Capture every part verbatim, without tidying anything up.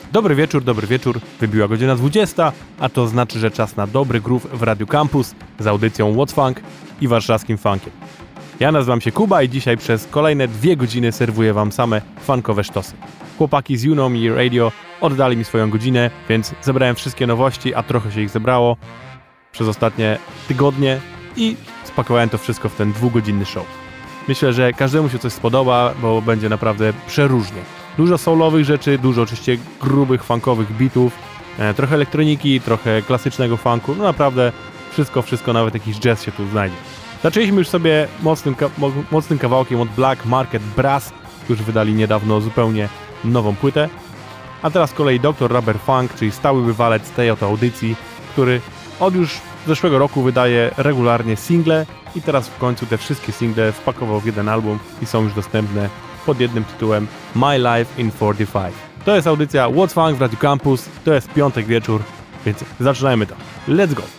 Dobry wieczór, dobry wieczór. Wybiła godzina dwudziesta, a to znaczy, że czas na dobry groove w Radio Campus z audycją What's Funk i warszawskim funkiem. Ja nazywam się Kuba i dzisiaj przez kolejne dwie godziny serwuję wam same funkowe sztosy. Chłopaki z You Know Me Radio oddali mi swoją godzinę, więc zebrałem wszystkie nowości, a trochę się ich zebrało przez ostatnie tygodnie i spakowałem to wszystko w ten dwugodzinny show. Myślę, że każdemu się coś spodoba, bo będzie naprawdę przeróżnie. Dużo soulowych rzeczy, dużo oczywiście grubych, funkowych beatów, e, trochę elektroniki, trochę klasycznego funku, no naprawdę wszystko, wszystko, nawet jakiś jazz się tu znajdzie. Zaczęliśmy już sobie mocnym, ka- mocnym kawałkiem od Black Market Brass, którzy wydali niedawno zupełnie nową płytę. A teraz z kolei doktor Rubber Funk, czyli stały bywalec tej oto audycji, który od już zeszłego roku wydaje regularnie single i teraz w końcu te wszystkie single wpakował w jeden album i są już dostępne pod jednym tytułem My Life in czterdzieści pięć. To jest audycja What's Funk w Radio Campus, to jest piątek wieczór, więc zaczynajmy to. Let's go!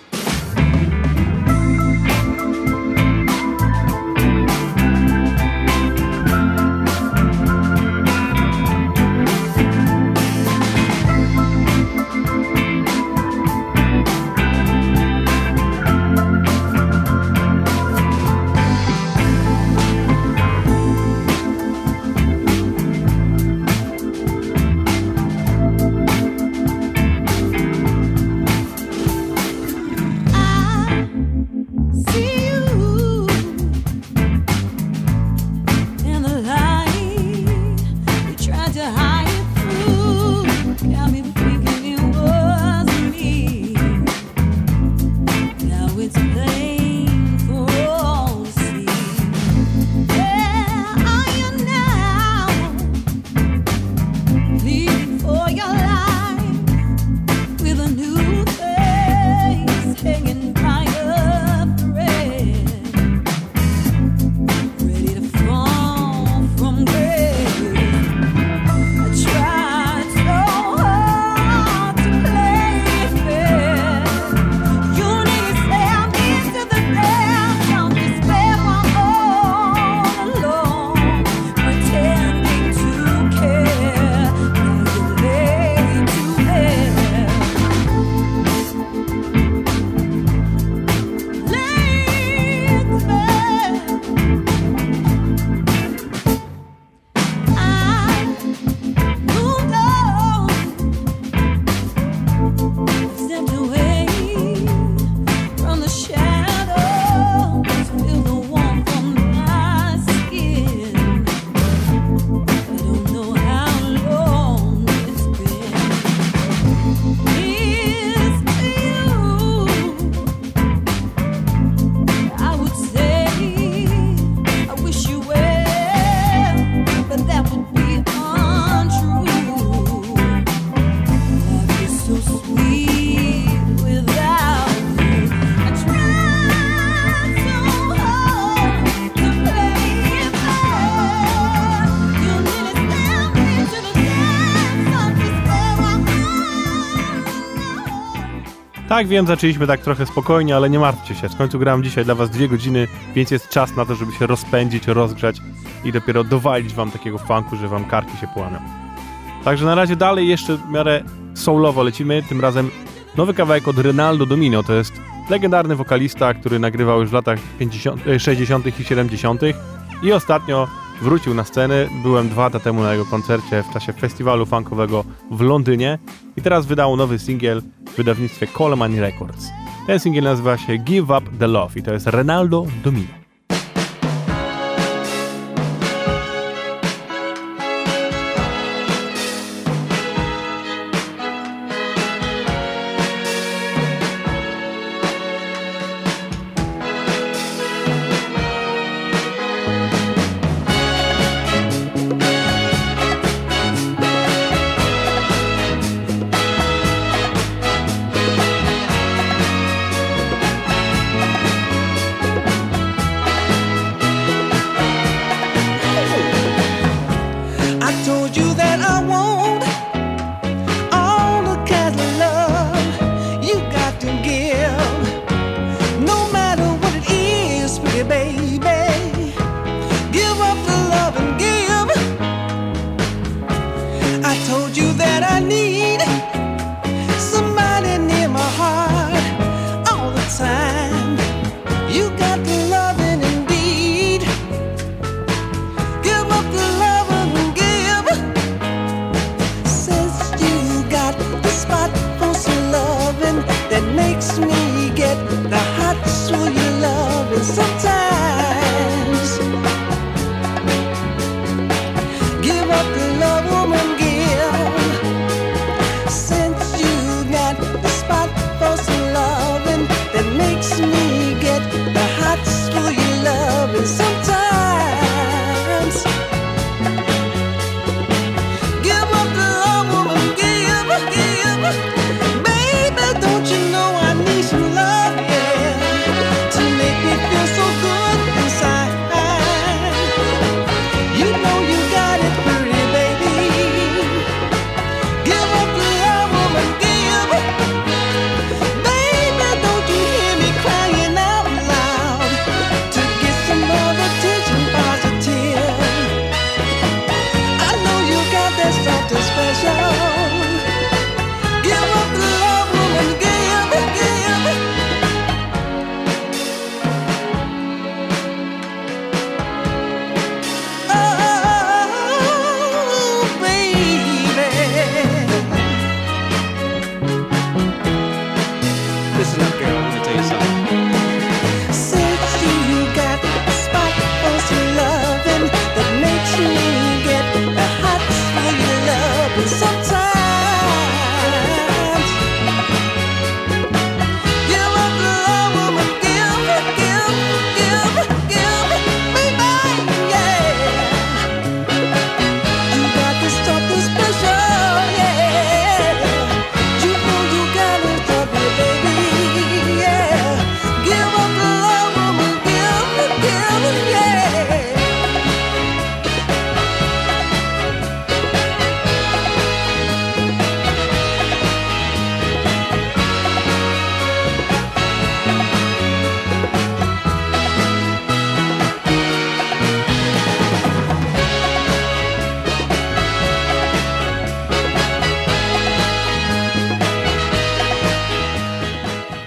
Tak, wiem, zaczęliśmy tak trochę spokojnie, ale nie martwcie się. W końcu gram dzisiaj dla was dwie godziny, więc jest czas na to, żeby się rozpędzić, rozgrzać i dopiero dowalić wam takiego funku, że wam karki się połamią. Także na razie dalej jeszcze w miarę soulowo lecimy. Tym razem nowy kawałek od Renaldo Domino. To jest legendarny wokalista, który nagrywał już w latach sześćdziesiątych i siedemdziesiątych i ostatnio wrócił na scenę. Byłem dwa lata temu na jego koncercie w czasie festiwalu funkowego w Londynie i teraz wydał nowy singiel w wydawnictwie Coleman Records. Ten singiel nazywa się Give Up The Love i to jest Renaldo Domino.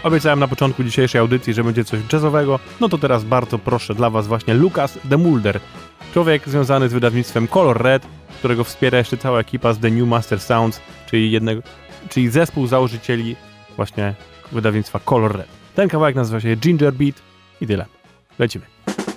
Obiecałem na początku dzisiejszej audycji, że będzie coś jazzowego, no to teraz bardzo proszę dla was właśnie Lukas de Mulder. Człowiek związany z wydawnictwem Color Red, którego wspiera jeszcze cała ekipa z The New Master Sounds, czyli, jednego, czyli zespół założycieli właśnie wydawnictwa Color Red. Ten kawałek nazywa się Ginger Beat i tyle. Lecimy.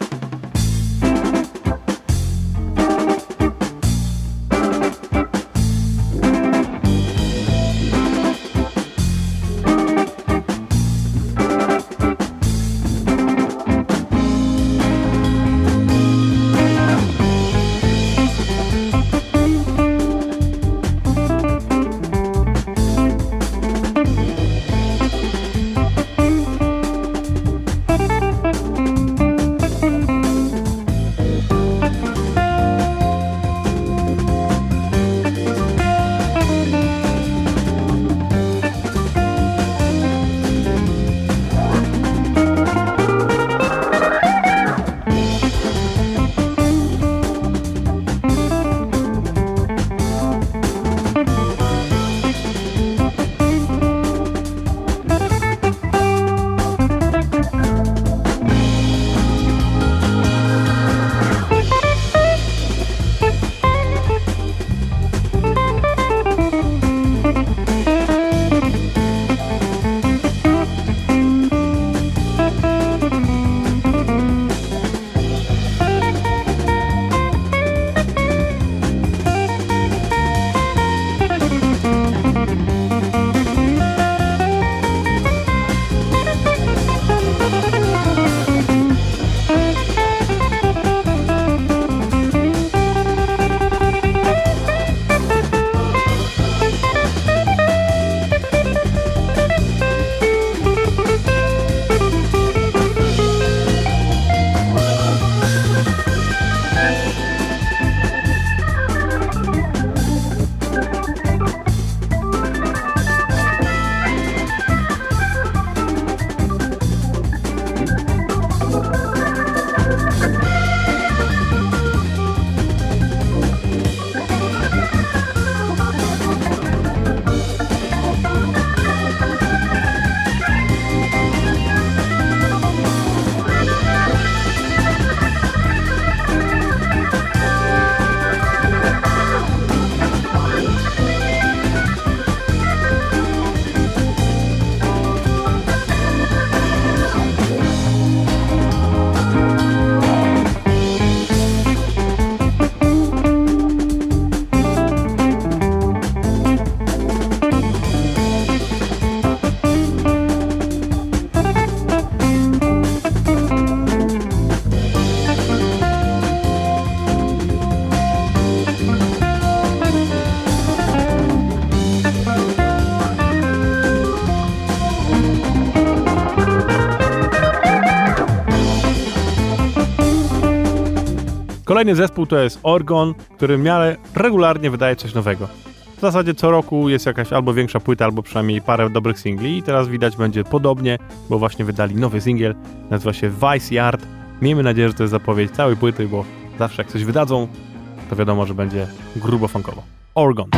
Kolejny zespół to jest Orgon, który w miarę regularnie wydaje coś nowego. W zasadzie co roku jest jakaś albo większa płyta, albo przynajmniej parę dobrych singli i teraz widać będzie podobnie, bo właśnie wydali nowy singiel, nazywa się Vice Yard. Miejmy nadzieję, że to jest zapowiedź całej płyty, bo zawsze jak coś wydadzą, to wiadomo, że będzie grubo funkowo. Orgon.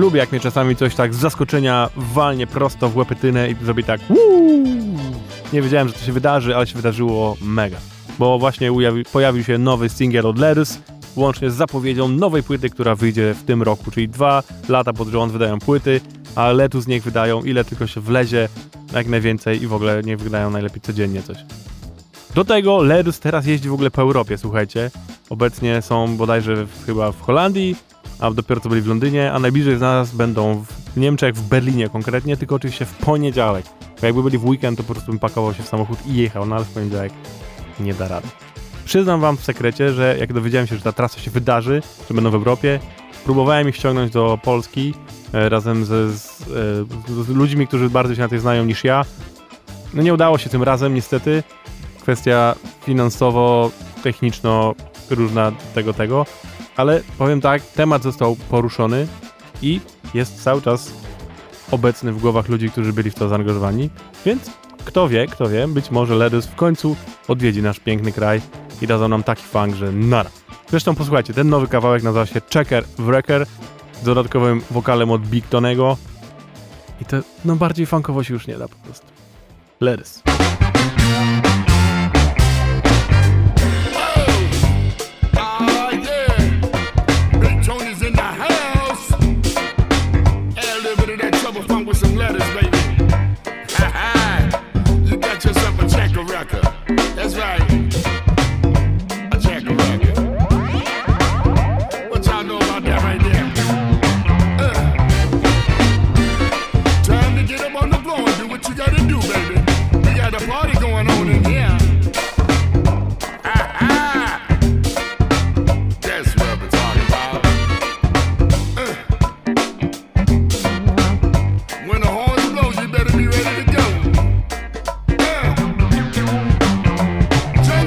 Lubię, jak mnie czasami coś tak z zaskoczenia walnie prosto w łepetynę i zrobi tak Wuu! Nie wiedziałem, że to się wydarzy, ale się wydarzyło mega. Bo właśnie ujawi, pojawił się nowy singiel od Lerus, łącznie z zapowiedzią nowej płyty, która wyjdzie w tym roku, czyli dwa lata pod rząd wydają płyty, a Lerus niech wydają ile tylko się wlezie, jak najwięcej i w ogóle niech wydają najlepiej codziennie coś. Do tego Lerus teraz jeździ w ogóle po Europie, słuchajcie. Obecnie są bodajże w, chyba w Holandii, a dopiero co byli w Londynie, a najbliżej z nas będą w Niemczech, w Berlinie konkretnie, tylko oczywiście w poniedziałek. Bo jakby byli w weekend, to po prostu bym pakował się w samochód i jechał, no ale w poniedziałek nie da rady. Przyznam wam w sekrecie, że jak dowiedziałem się, że ta trasa się wydarzy, że będą w Europie, próbowałem ich ściągnąć do Polski e, razem ze, z, e, z ludźmi, którzy bardziej się na tej znają niż ja. No nie udało się tym razem niestety. Kwestia finansowo-techniczno różna tego, tego. Ale powiem tak, temat został poruszony i jest cały czas obecny w głowach ludzi, którzy byli w to zaangażowani. Więc kto wie, kto wie, być może Lerus w końcu odwiedzi nasz piękny kraj i dadzą nam taki funk, że nara. Zresztą posłuchajcie, ten nowy kawałek nazywa się Checker Wrecker z dodatkowym wokalem od Big Tonego i to no bardziej funkowo się już nie da po prostu. Lerus. That's right. A checker record. What y'all know about that right there? Uh. Time to get up on the floor and do what you gotta do, baby. We got a party going on in here. That's what we're talking about. Uh. When the horns blow, you better be ready to go. Uh.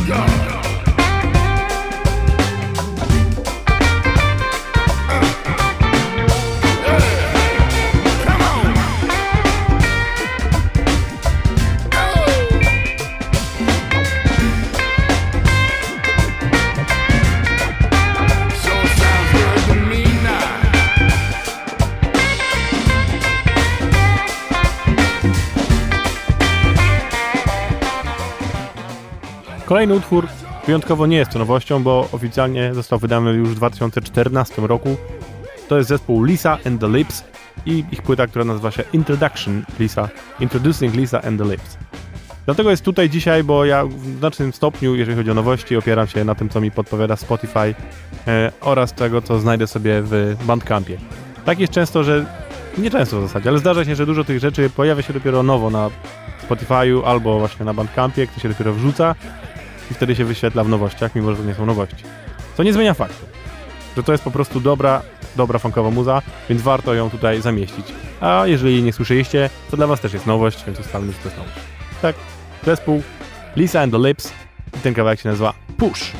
Kolejny utwór wyjątkowo nie jest to nowością, bo oficjalnie został wydany już w dwa tysiące czternastym roku. To jest zespół Lisa and the Lips i ich płyta, która nazywa się Introduction Lisa, Introducing Lisa and the Lips. Dlatego jest tutaj dzisiaj, bo ja w znacznym stopniu, jeżeli chodzi o nowości, opieram się na tym, co mi podpowiada Spotify e, oraz tego, co znajdę sobie w Bandcampie. Tak jest często, że nie często w zasadzie, ale zdarza się, że dużo tych rzeczy pojawia się dopiero nowo na Spotify'u albo właśnie na Bandcampie, kto się dopiero wrzuca i wtedy się wyświetla w nowościach, mimo że to nie są nowości. Co nie zmienia faktu, że to jest po prostu dobra, dobra funkowa muza, więc warto ją tutaj zamieścić. A jeżeli jej nie słyszeliście, to dla was też jest nowość, więc ustalmy, że to jest nowość. Tak, zespół Lisa and the Lips i ten kawałek się nazywa Push.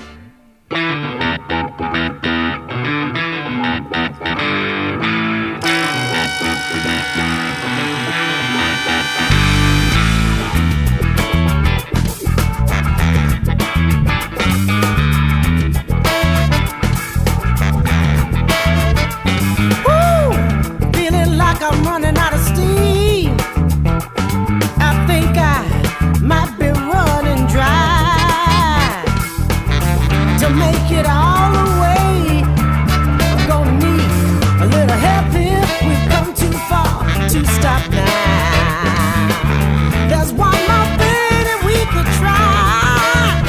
I'm running out of steam. I think I might be running dry. To make it all the way, I'm gonna need a little help if we've come too far to stop now. There's one more thing that we could try.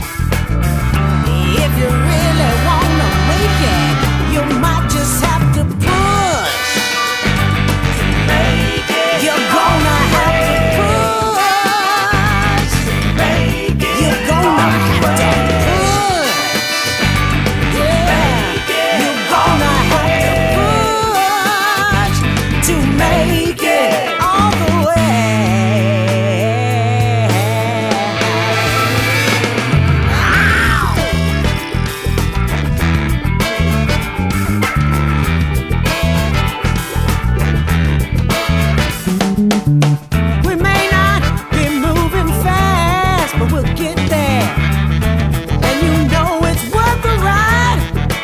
If you really wanna make it, you might just have to push. You're gonna have to push. You're gonna have to push. Yeah. You're gonna have to push to make it all the way. We may not be moving fast, but we'll get there. And you know it's worth the ride.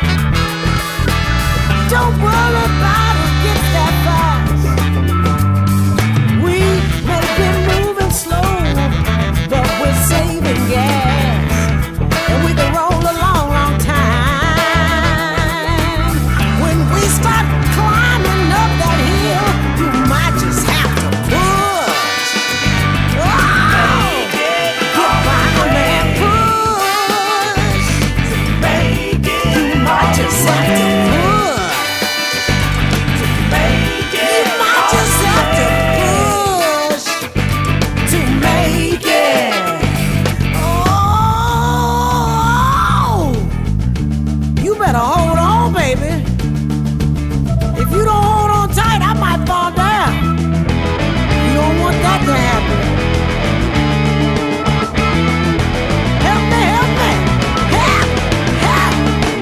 Don't worry about it, get that fast. We may be moving slow, but we're saving gas. And we can roll a long, long time. When we start climbing up that hill, you might just have to push. Oh, get by, man, push. You might just have to push. You might just have to push to make it. Oh, you better hold on, baby. If you don't hold on tight, I might fall down. You don't want that to happen. Help me, help me. Help, help.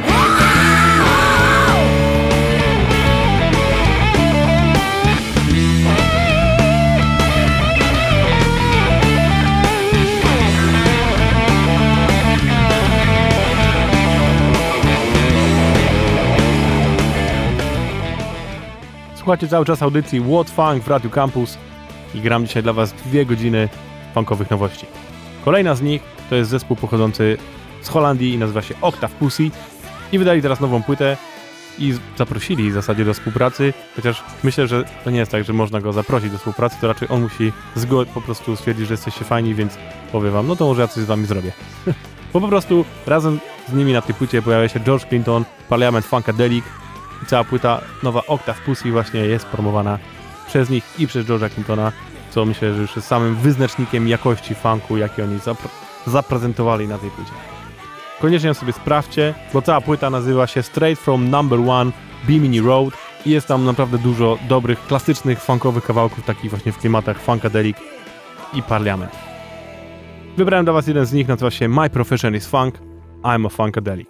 Słuchajcie cały czas audycji What Funk w Radio Campus i gram dzisiaj dla was dwie godziny funkowych nowości. Kolejna z nich to jest zespół pochodzący z Holandii i nazywa się Octave Pussy i wydali teraz nową płytę i zaprosili w zasadzie do współpracy, chociaż myślę, że to nie jest tak, że można go zaprosić do współpracy, to raczej on musi zgod- po prostu stwierdzić, że jesteście fajni, więc powie wam, no to może ja coś z wami zrobię. Bo po prostu razem z nimi na tej płycie pojawia się George Clinton, Parliament Funkadelic i cała płyta nowa Octave Pussy właśnie jest promowana przez nich i przez George'a Clintona, co myślę, że już jest samym wyznacznikiem jakości funku, jaki oni zapre- zaprezentowali na tej płycie. Koniecznie ją sobie sprawdźcie, bo cała płyta nazywa się Straight from Number One Bimini Road i jest tam naprawdę dużo dobrych, klasycznych, funkowych kawałków, takich właśnie w klimatach Funkadelic i Parliament. Wybrałem dla was jeden z nich, nazywa się My Profession is Funk, I'm a Funkadelic.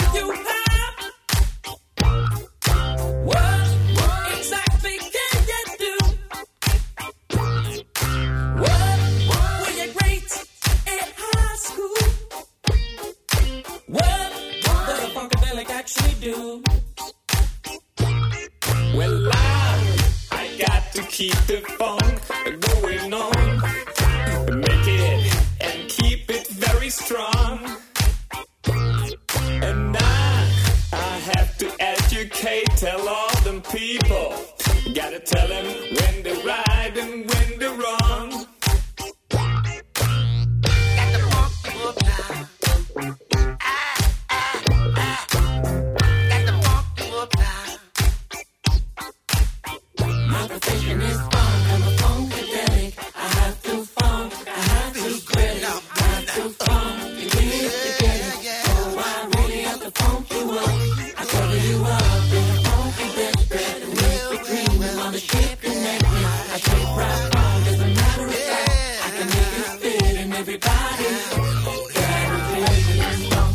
What exactly can you to keep the funk going on. Make it and keep it very strong. And I, I have to educate, tell all them people. Gotta tell them when they're right and when they're wrong. Got the funk book now. Ah, ah, ah. Got the funk book now. My profession is funk. I'm a funkadelic. I have to funk. I have to credit. I have to funk. You need to get it. Oh, I really have to funk you up. I cover you up in a funky bed spread and with the cream on the ship connected. I take right from. As a matter of fact, I can make it fit in everybody. Gotta feel this funk.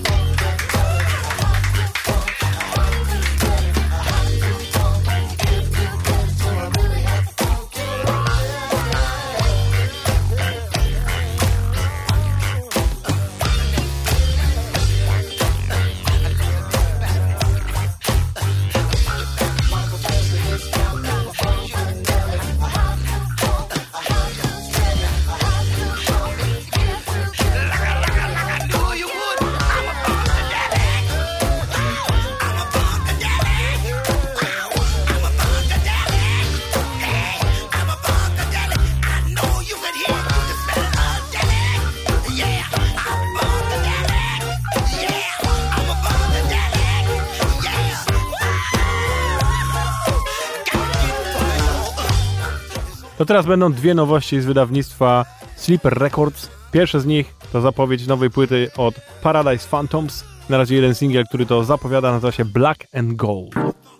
To teraz będą dwie nowości z wydawnictwa Sleeper Records. Pierwsze z nich to zapowiedź nowej płyty od Paradise Phantoms. Na razie jeden singiel, który to zapowiada, nazywa się Black and Gold.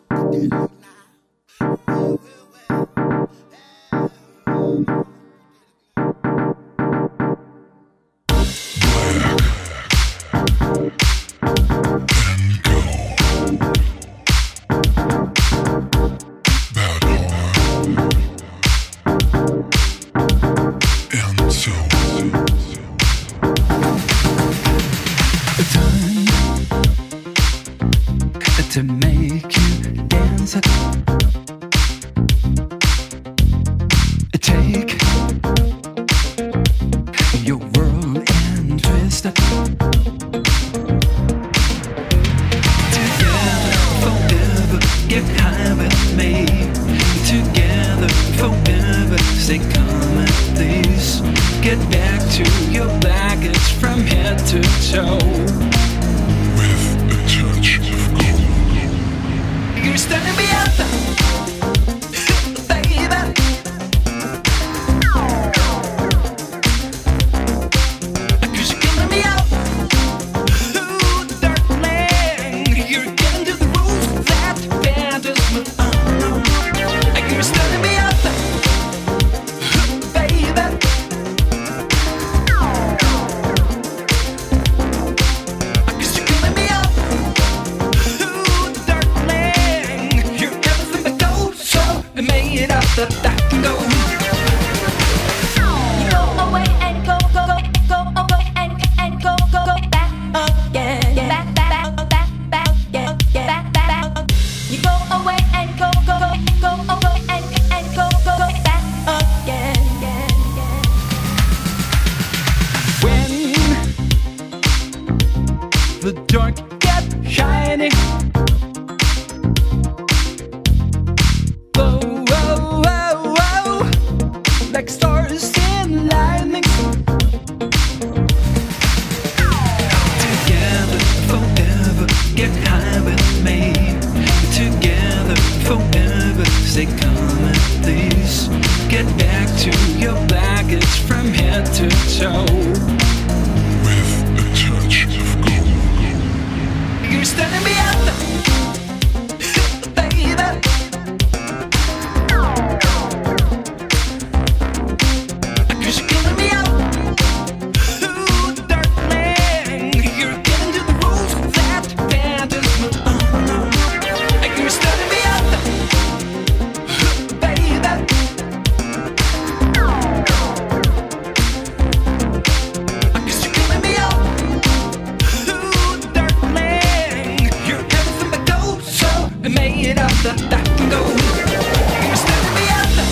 To make you dance, take your world and twist it together forever. Get high with me together forever. Say come at this. Get back to your baggage from head to toe. You're standing me up, baby. Cause you're killing me out, ooh, darling. You're getting to the rules that fantasy me on. You're standing me up, baby. Cause you're killing me out, ooh, darling. Made up the that can go. You go away and go, go, go, go away and and go, go, go back again, yeah. back, back, back, back, yeah, yeah. back, back. You go away and go, go, go, go away and and go, go, go back again, yeah, yeah. When the dark gets shiny. Like stars in lightning. Together forever, get high with me. Together forever, say come at this. Get back to your baggage from head to toe. With a touch of gold. You're standing me up, baby. Made up that that can go. You're standing me up.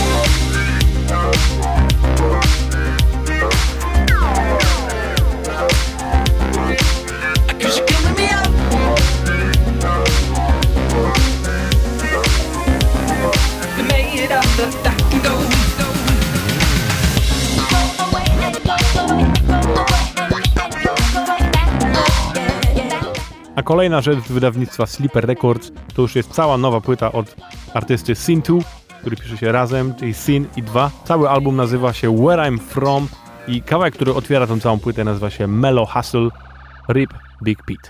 A kolejna rzecz z wydawnictwa Sleeper Records to już jest cała nowa płyta od artysty Sin dwa, który pisze się razem, czyli Sin i dwa. Cały album nazywa się Where I'm From i kawałek, który otwiera tą całą płytę, nazywa się Mellow Hustle, Rip Big Pete.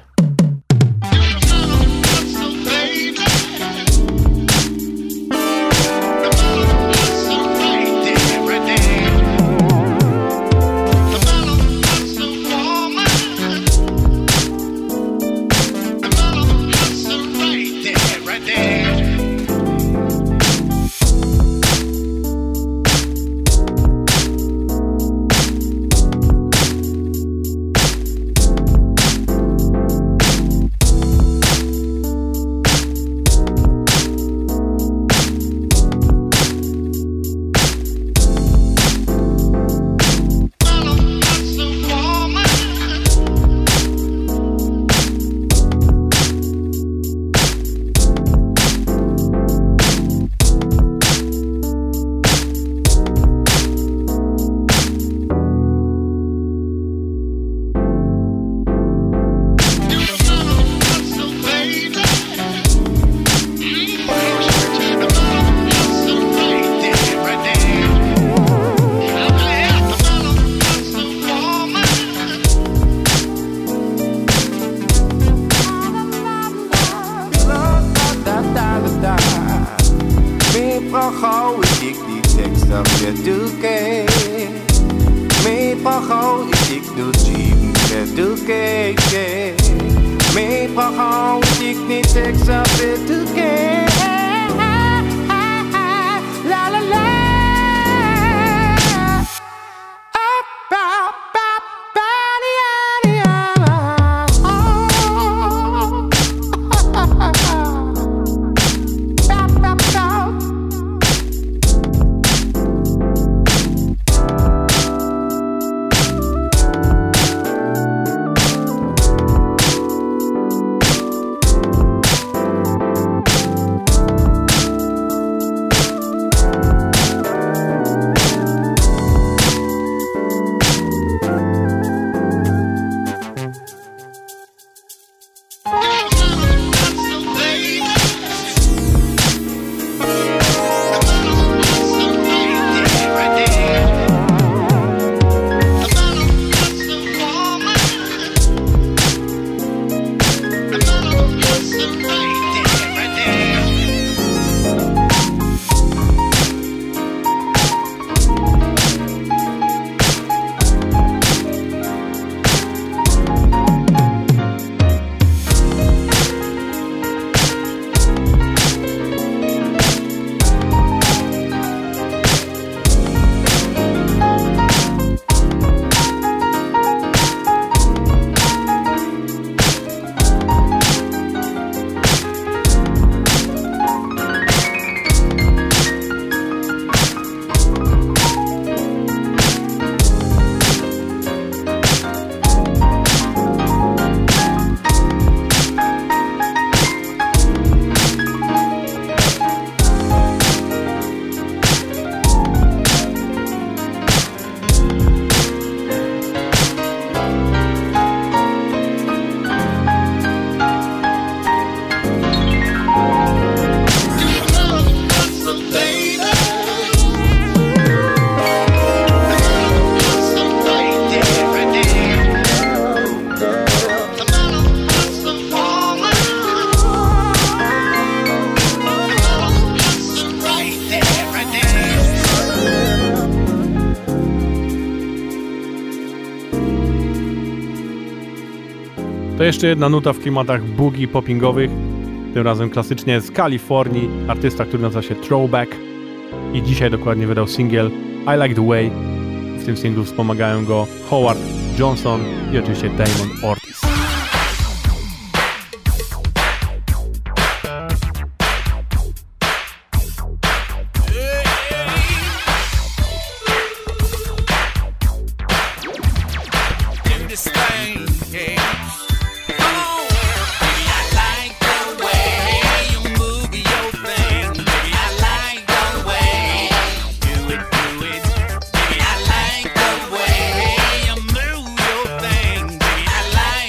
To jeszcze jedna nuta w klimatach boogie poppingowych, tym razem klasycznie z Kalifornii, artysta, który nazywa się Throwback i dzisiaj dokładnie wydał singiel I Like The Way. W tym singlu wspomagają go Howard Johnson i oczywiście Damon Ortiz. I like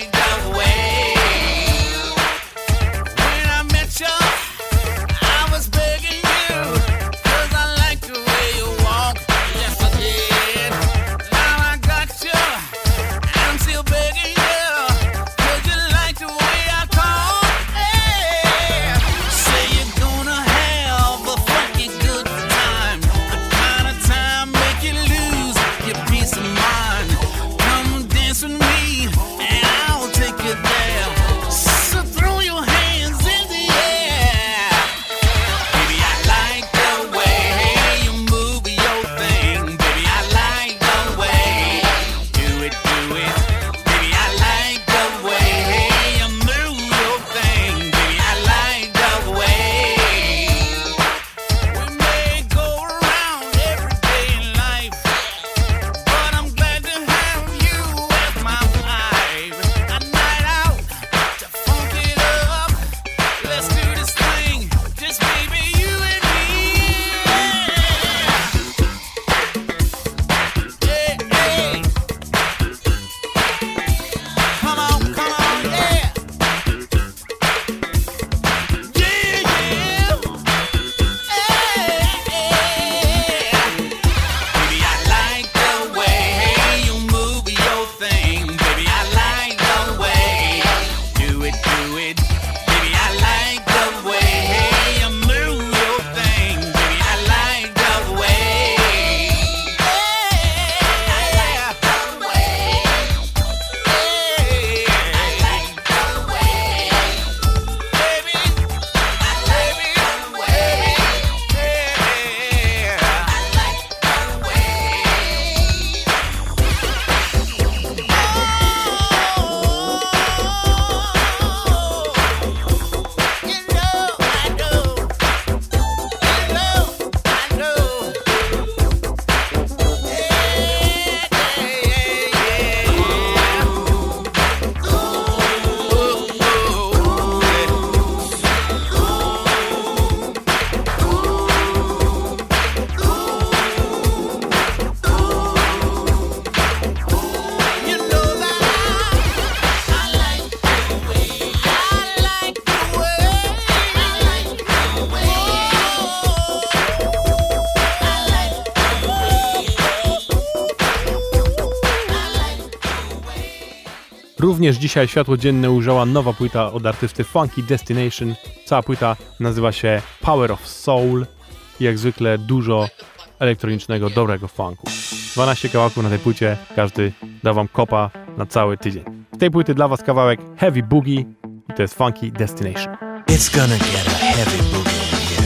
Również dzisiaj światło dzienne ujrzała nowa płyta od artysty Funky Destination. Cała płyta nazywa się Power of Soul i jak zwykle dużo elektronicznego, dobrego funku. dwanaście kawałków na tej płycie, każdy da wam kopa na cały tydzień. Z tej płyty dla was kawałek Heavy Boogie i to jest Funky Destination. It's gonna get a heavy boogie in here.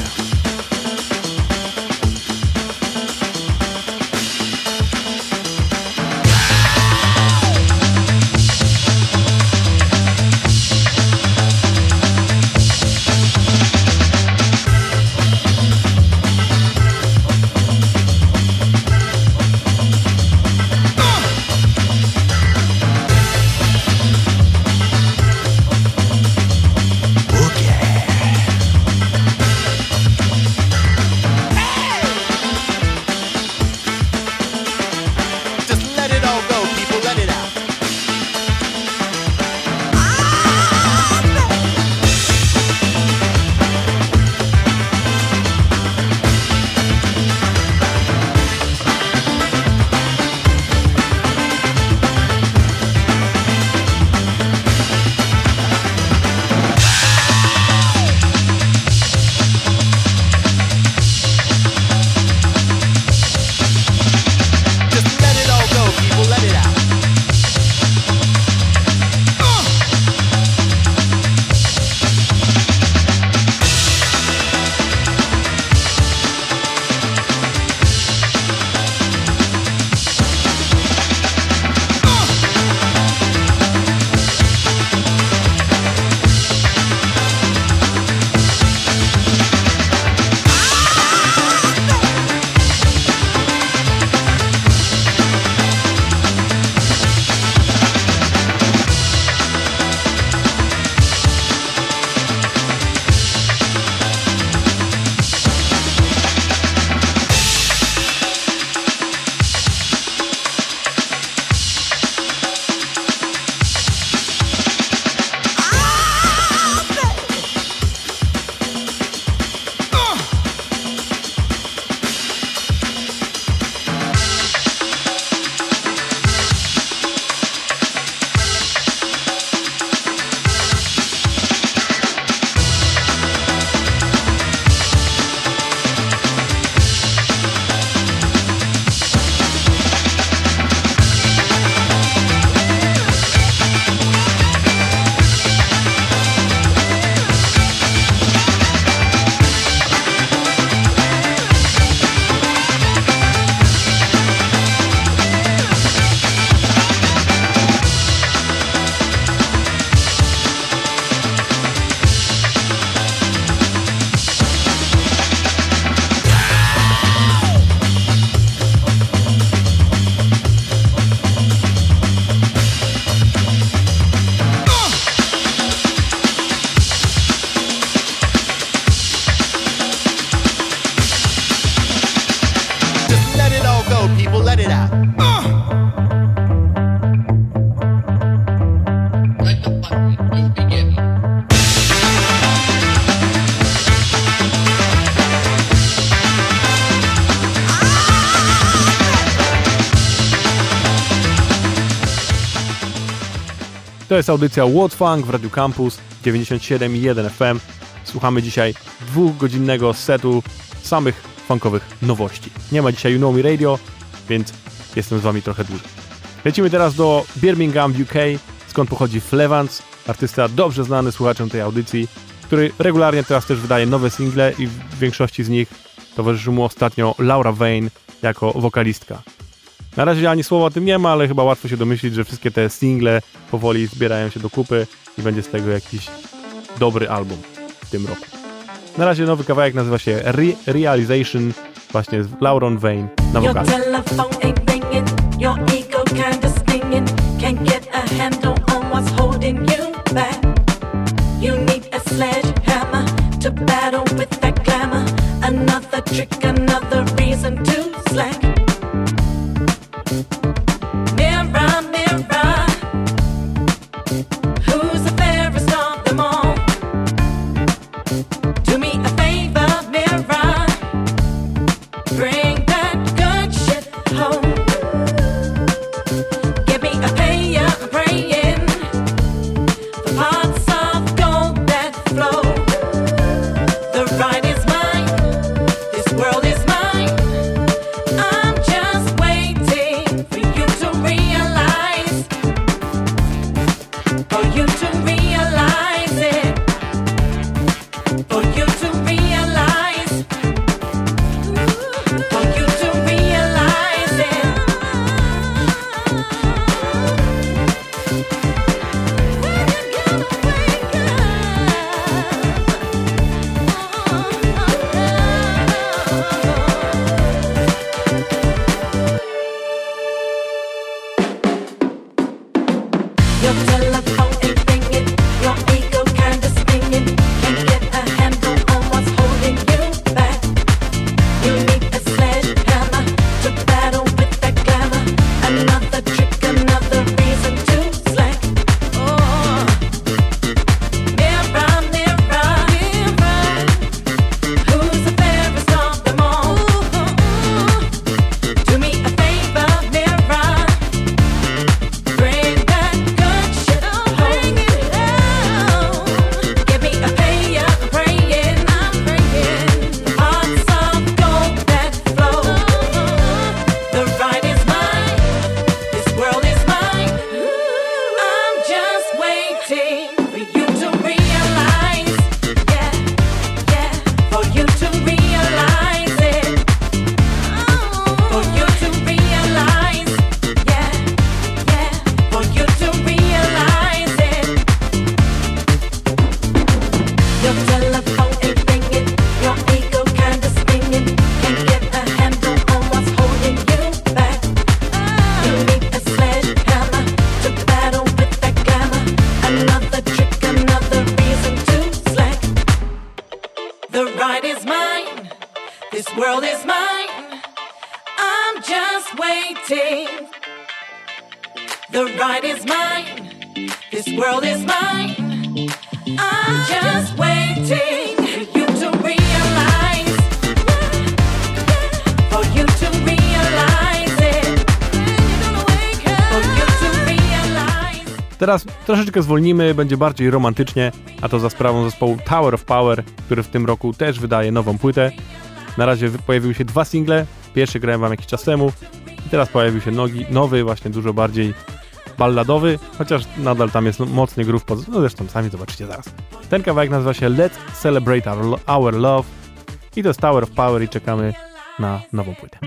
To jest audycja What Funk w Radiu Campus dziewięćdziesiąt siedem i jeden F M. Słuchamy dzisiaj dwugodzinnego setu samych funkowych nowości. Nie ma dzisiaj You Know Me Radio, więc jestem z wami trochę dłużej. Lecimy teraz do Birmingham w U K, skąd pochodzi Flevans, artysta dobrze znany słuchaczom tej audycji, który regularnie teraz też wydaje nowe single i w większości z nich towarzyszy mu ostatnio Laura Vane jako wokalistka. Na razie ani słowa o tym nie ma, ale chyba łatwo się domyślić, że wszystkie te single powoli zbierają się do kupy i będzie z tego jakiś dobry album w tym roku. Na razie nowy kawałek nazywa się Re- Realization, właśnie z Lauren Vane na Your wokalu. telephone ain't ringing, your ego kinda stinging. Can't get a handle on what's holding you back. You need a sledgehammer to battle with that glamour. Another trick, another reason to slack. Mirror, mirror, who's the fairest of them all? Do me a favor, mirror, bring that good shit home. Give me a payer, I'm praying. mine. This world is mine. I'm just waiting. The ride is mine. This world is mine. I'm just waiting for you to realize. For you to realize it. For you to realize. Teraz troszeczkę zwolnimy, będzie bardziej romantycznie, a to za sprawą zespołu Tower of Power, który w tym roku też wydaje nową płytę. Na razie pojawiły się dwa single, pierwszy grałem wam jakiś czas temu i teraz pojawił się nogi, nowy, właśnie dużo bardziej balladowy, chociaż nadal tam jest mocny groove, pod... no zresztą sami zobaczycie zaraz. Ten kawałek nazywa się Let's Celebrate Our, Our Love i to jest Tower of Power i czekamy na nową płytę.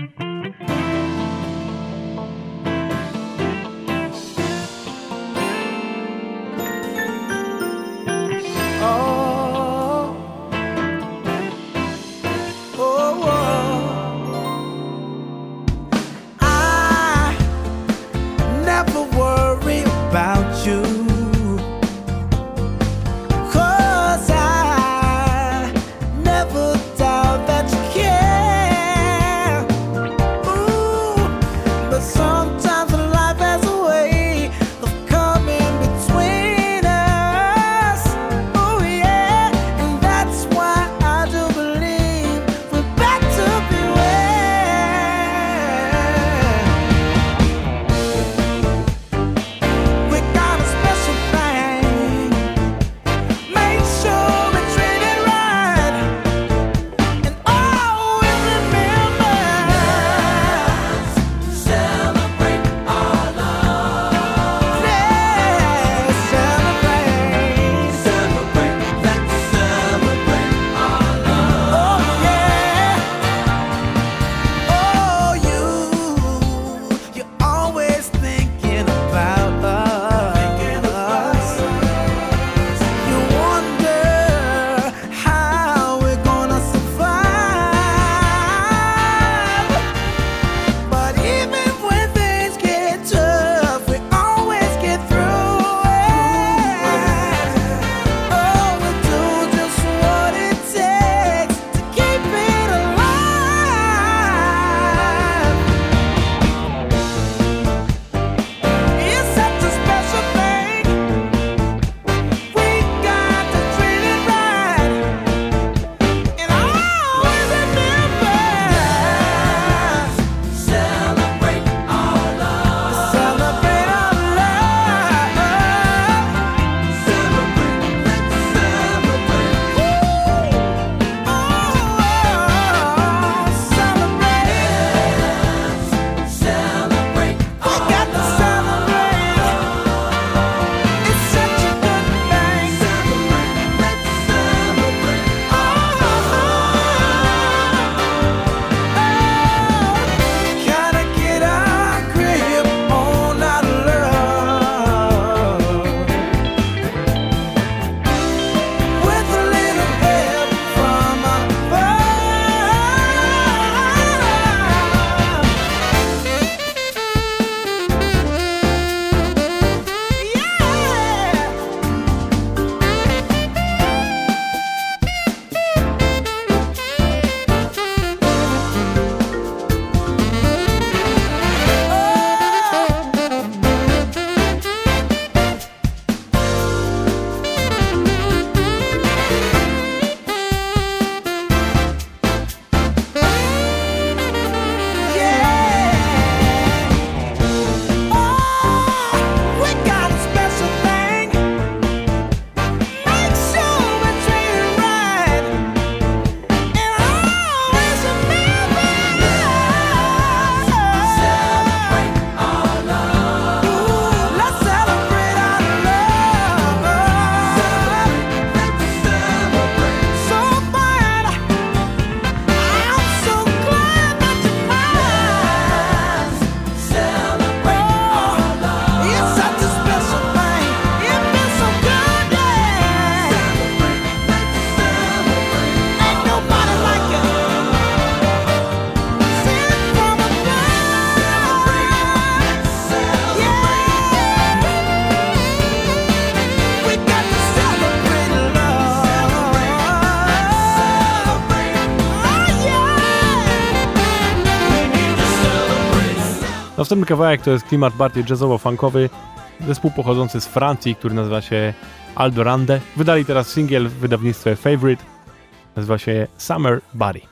Never doubt that you care. Następny kawałek to jest klimat bardziej jazzowo-funkowy. Zespół pochodzący z Francji, który nazywa się Aldorande. Wydali teraz singiel w wydawnictwie Favorite. Nazywa się Summer Body.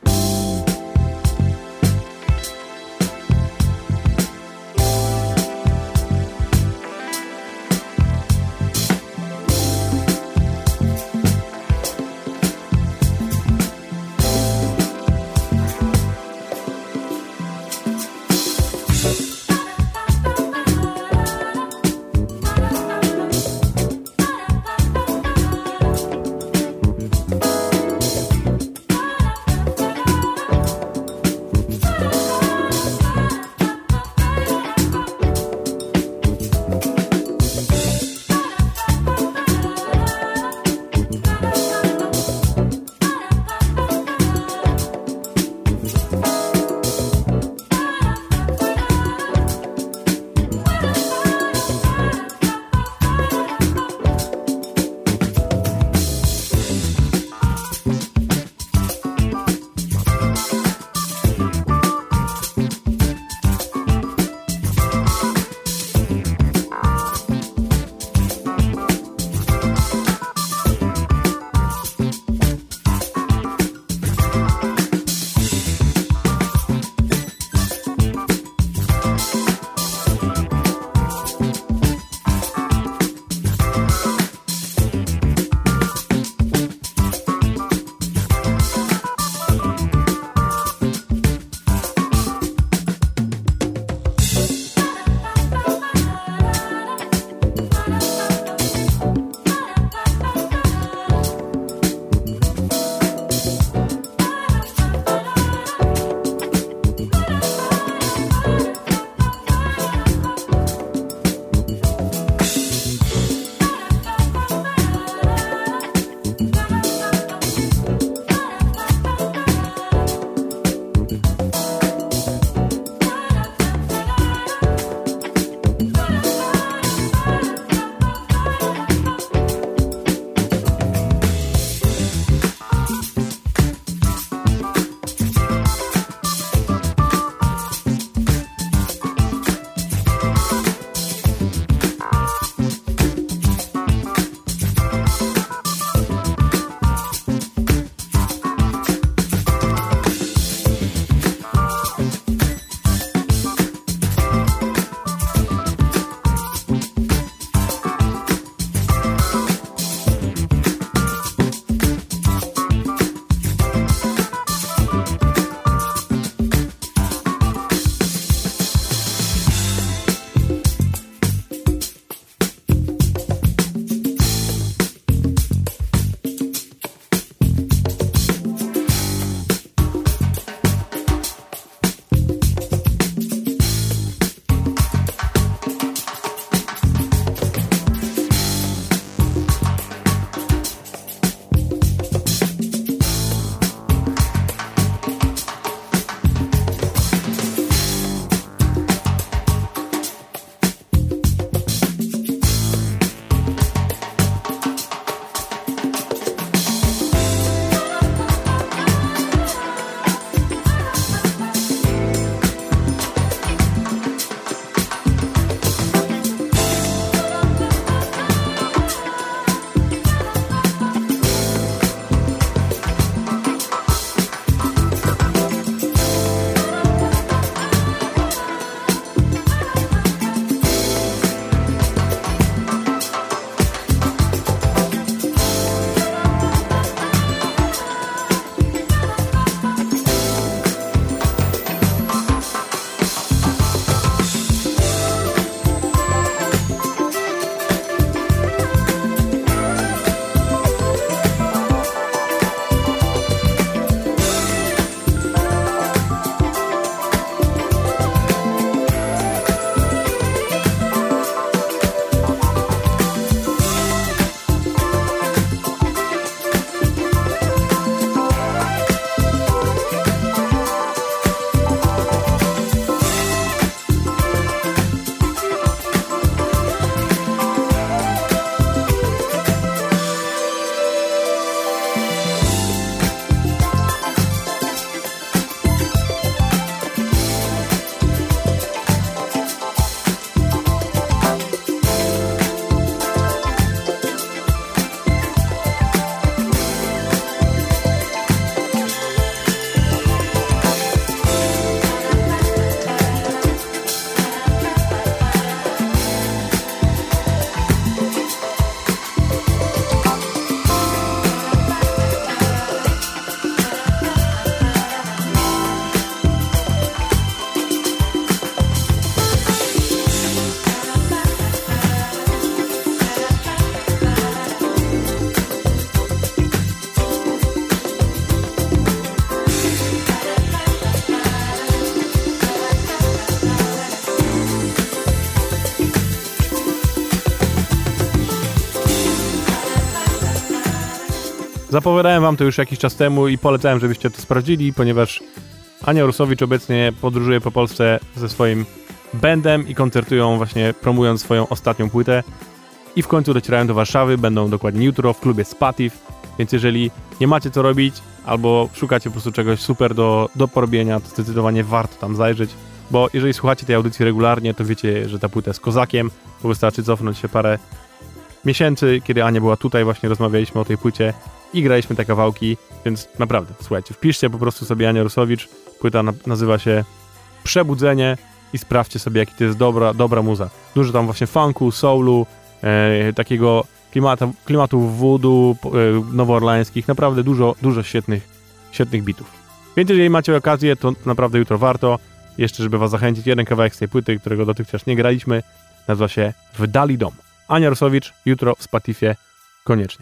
Zapowiadałem wam to już jakiś czas temu i polecałem, żebyście to sprawdzili, ponieważ Ania Rusowicz obecnie podróżuje po Polsce ze swoim bandem i koncertują właśnie promując swoją ostatnią płytę i w końcu docierają do Warszawy, będą dokładnie jutro w klubie Spatif, więc jeżeli nie macie co robić albo szukacie po prostu czegoś super do, do porobienia, to zdecydowanie warto tam zajrzeć, bo jeżeli słuchacie tej audycji regularnie, to wiecie, że ta płyta jest kozakiem, bo wystarczy cofnąć się parę miesięcy, kiedy Ania była tutaj, właśnie rozmawialiśmy o tej płycie i graliśmy te kawałki, więc naprawdę, słuchajcie, wpiszcie po prostu sobie Ania Rusowicz, płyta na, nazywa się Przebudzenie i sprawdźcie sobie, jaki to jest dobra, dobra muza. Dużo tam właśnie funku, soulu, e, takiego klimatu, klimatów voodoo, e, nowoorlańskich, naprawdę dużo, dużo świetnych, świetnych bitów. Więc jeżeli macie okazję, to naprawdę jutro warto. Jeszcze, żeby was zachęcić, jeden kawałek z tej płyty, którego dotychczas nie graliśmy, nazywa się W dali dom. Ania Rusowicz, jutro w Spatifie, koniecznie.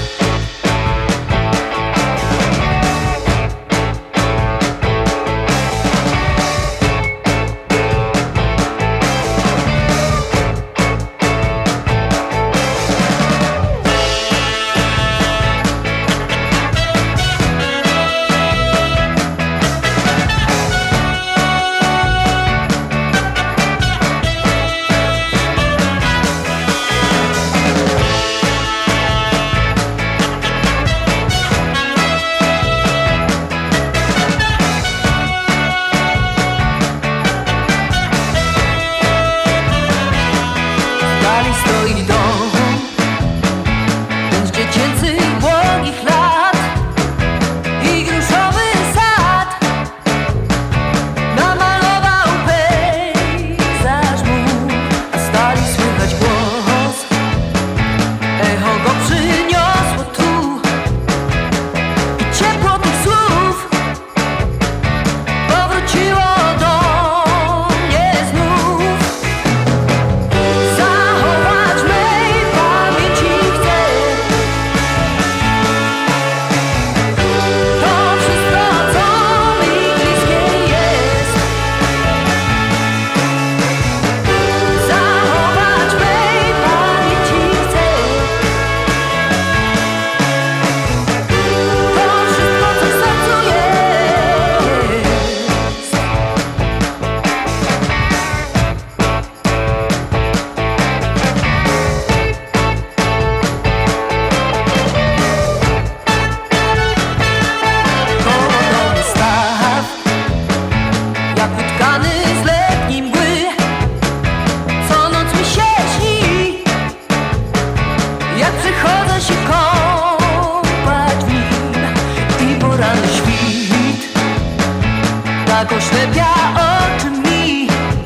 tak oślepia oczy mi,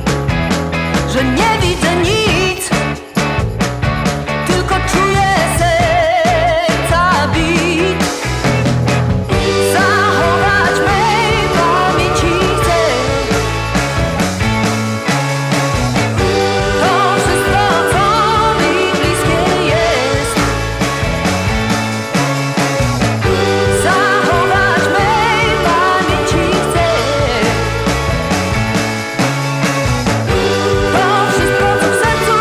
że nie widzę nic, tylko czuję serca bit. Zachować mej pamięci chcę to wszystko, co mi bliskie jest. Zachować mej pamięci chcę to wszystko, co w sercu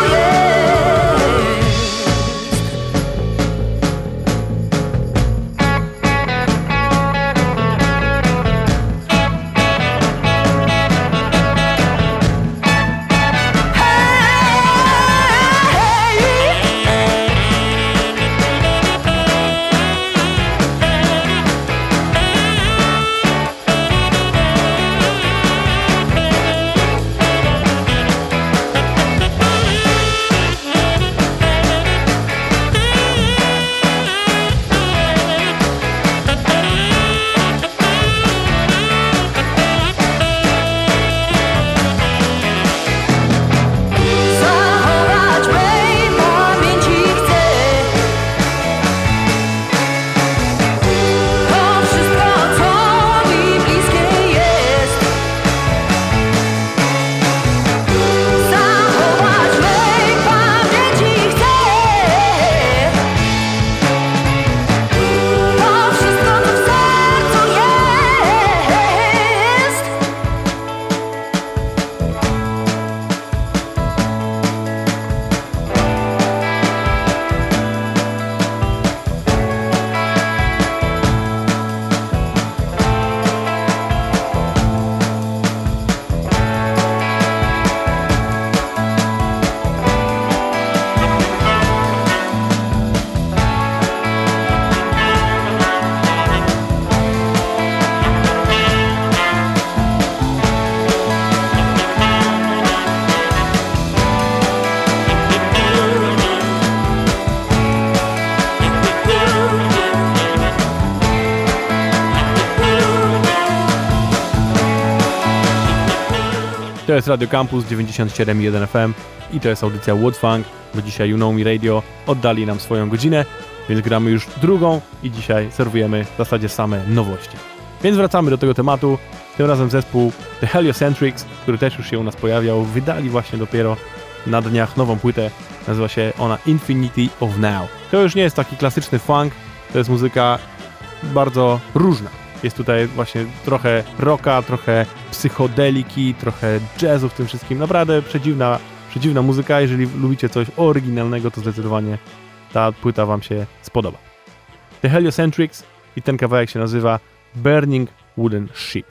To jest Radio Campus dziewięćdziesiąt siedem i jeden F M i to jest audycja What Funk, bo dzisiaj You Know Me Radio oddali nam swoją godzinę, więc gramy już drugą i dzisiaj serwujemy w zasadzie same nowości. Więc wracamy do tego tematu. Tym razem zespół The Heliocentrics, który też już się u nas pojawiał, wydali właśnie dopiero na dniach nową płytę. Nazywa się ona Infinity of Now. To już nie jest taki klasyczny funk, to jest muzyka bardzo różna. Jest tutaj właśnie trochę rocka, trochę psychodeliki, trochę jazzu w tym wszystkim. Naprawdę przedziwna, przedziwna muzyka. Jeżeli lubicie coś oryginalnego, to zdecydowanie ta płyta wam się spodoba. The Heliocentrics i ten kawałek się nazywa Burning Wooden Ship.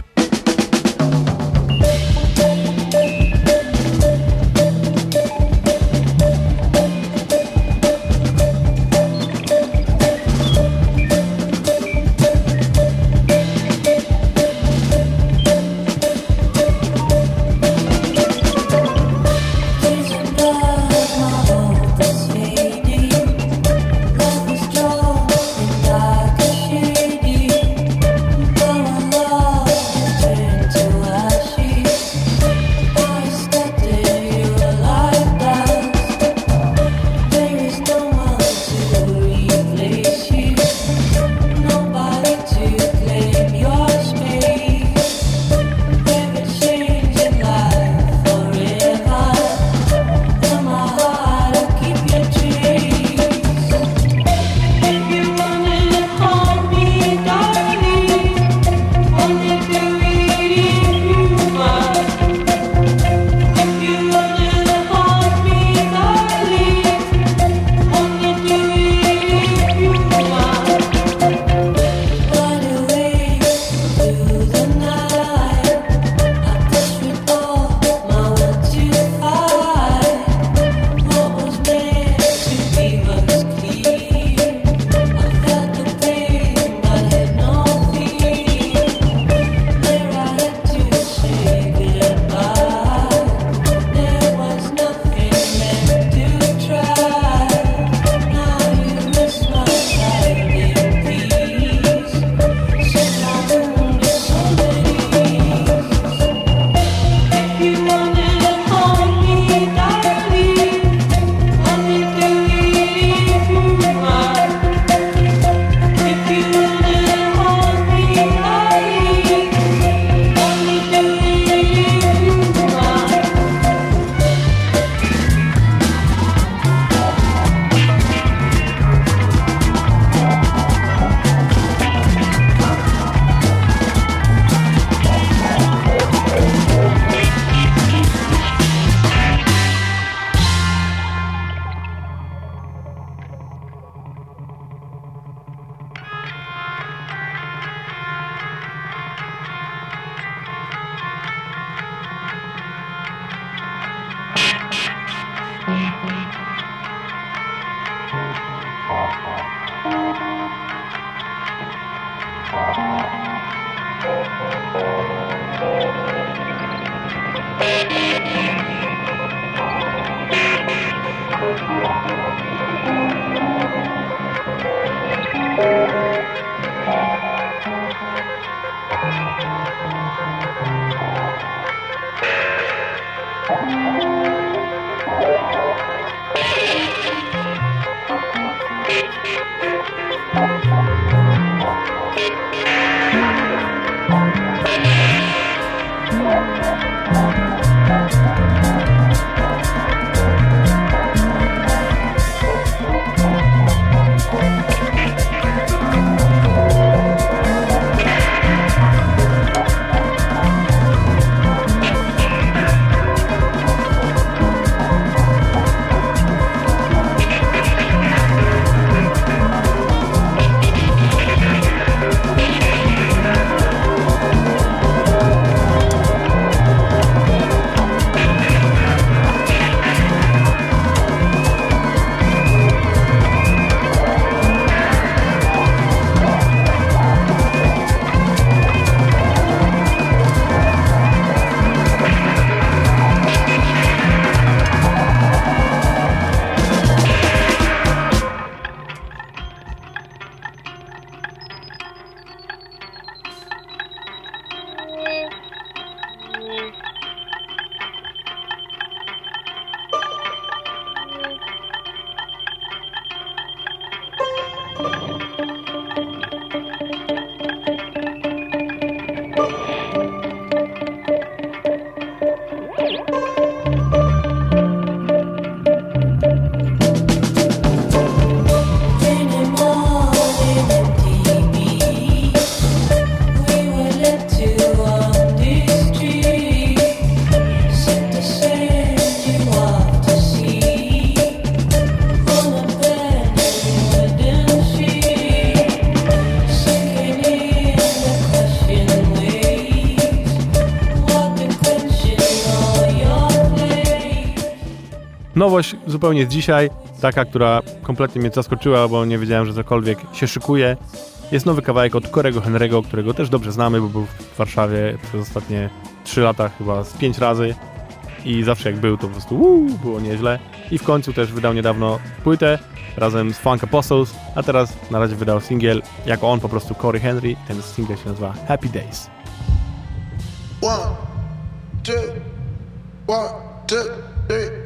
Nowość zupełnie z dzisiaj, taka, która kompletnie mnie zaskoczyła, bo nie wiedziałem, że cokolwiek się szykuje. Jest nowy kawałek od Corego Henry'ego, którego też dobrze znamy, bo był w Warszawie przez ostatnie trzy lata chyba z pięć razy i zawsze jak był, to po prostu uu, było nieźle. I w końcu też wydał niedawno płytę razem z Funk Apostles, a teraz na razie wydał singiel jako on po prostu Cory Henry. Ten singiel się nazywa Happy Days. One, two, one, two, three.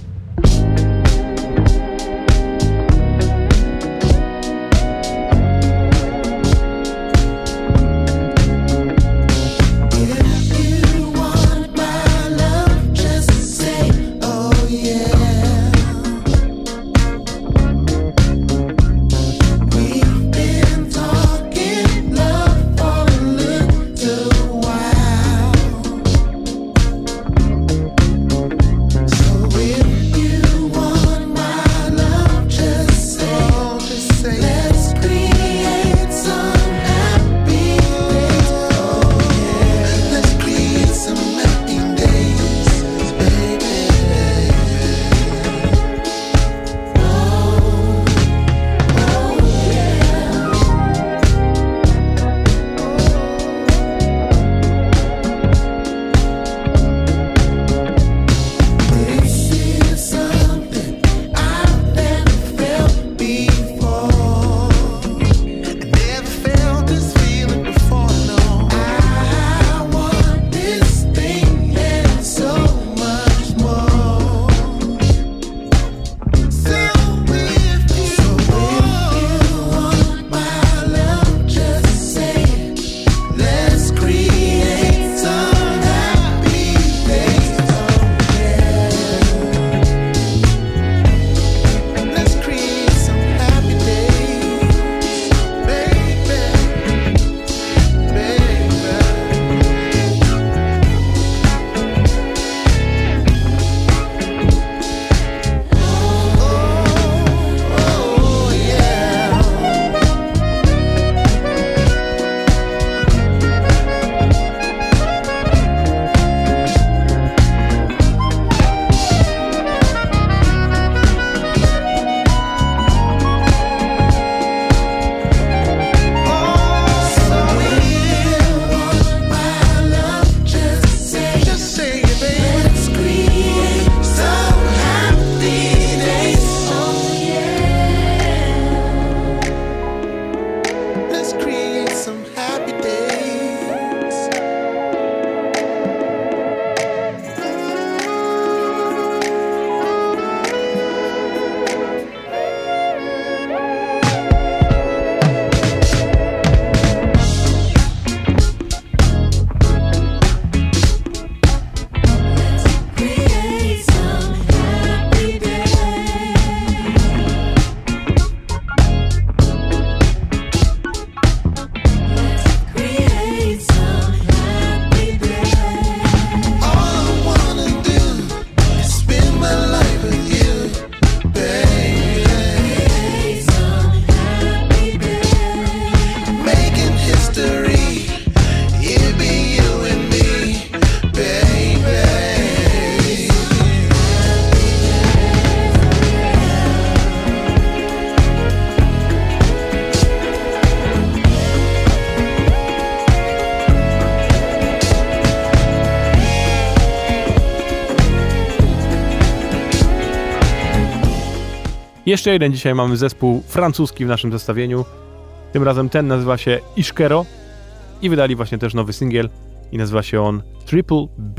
Jeszcze jeden dzisiaj mamy zespół francuski w naszym zestawieniu. Tym razem ten nazywa się Ishkero i wydali właśnie też nowy singiel i nazywa się on Triple B.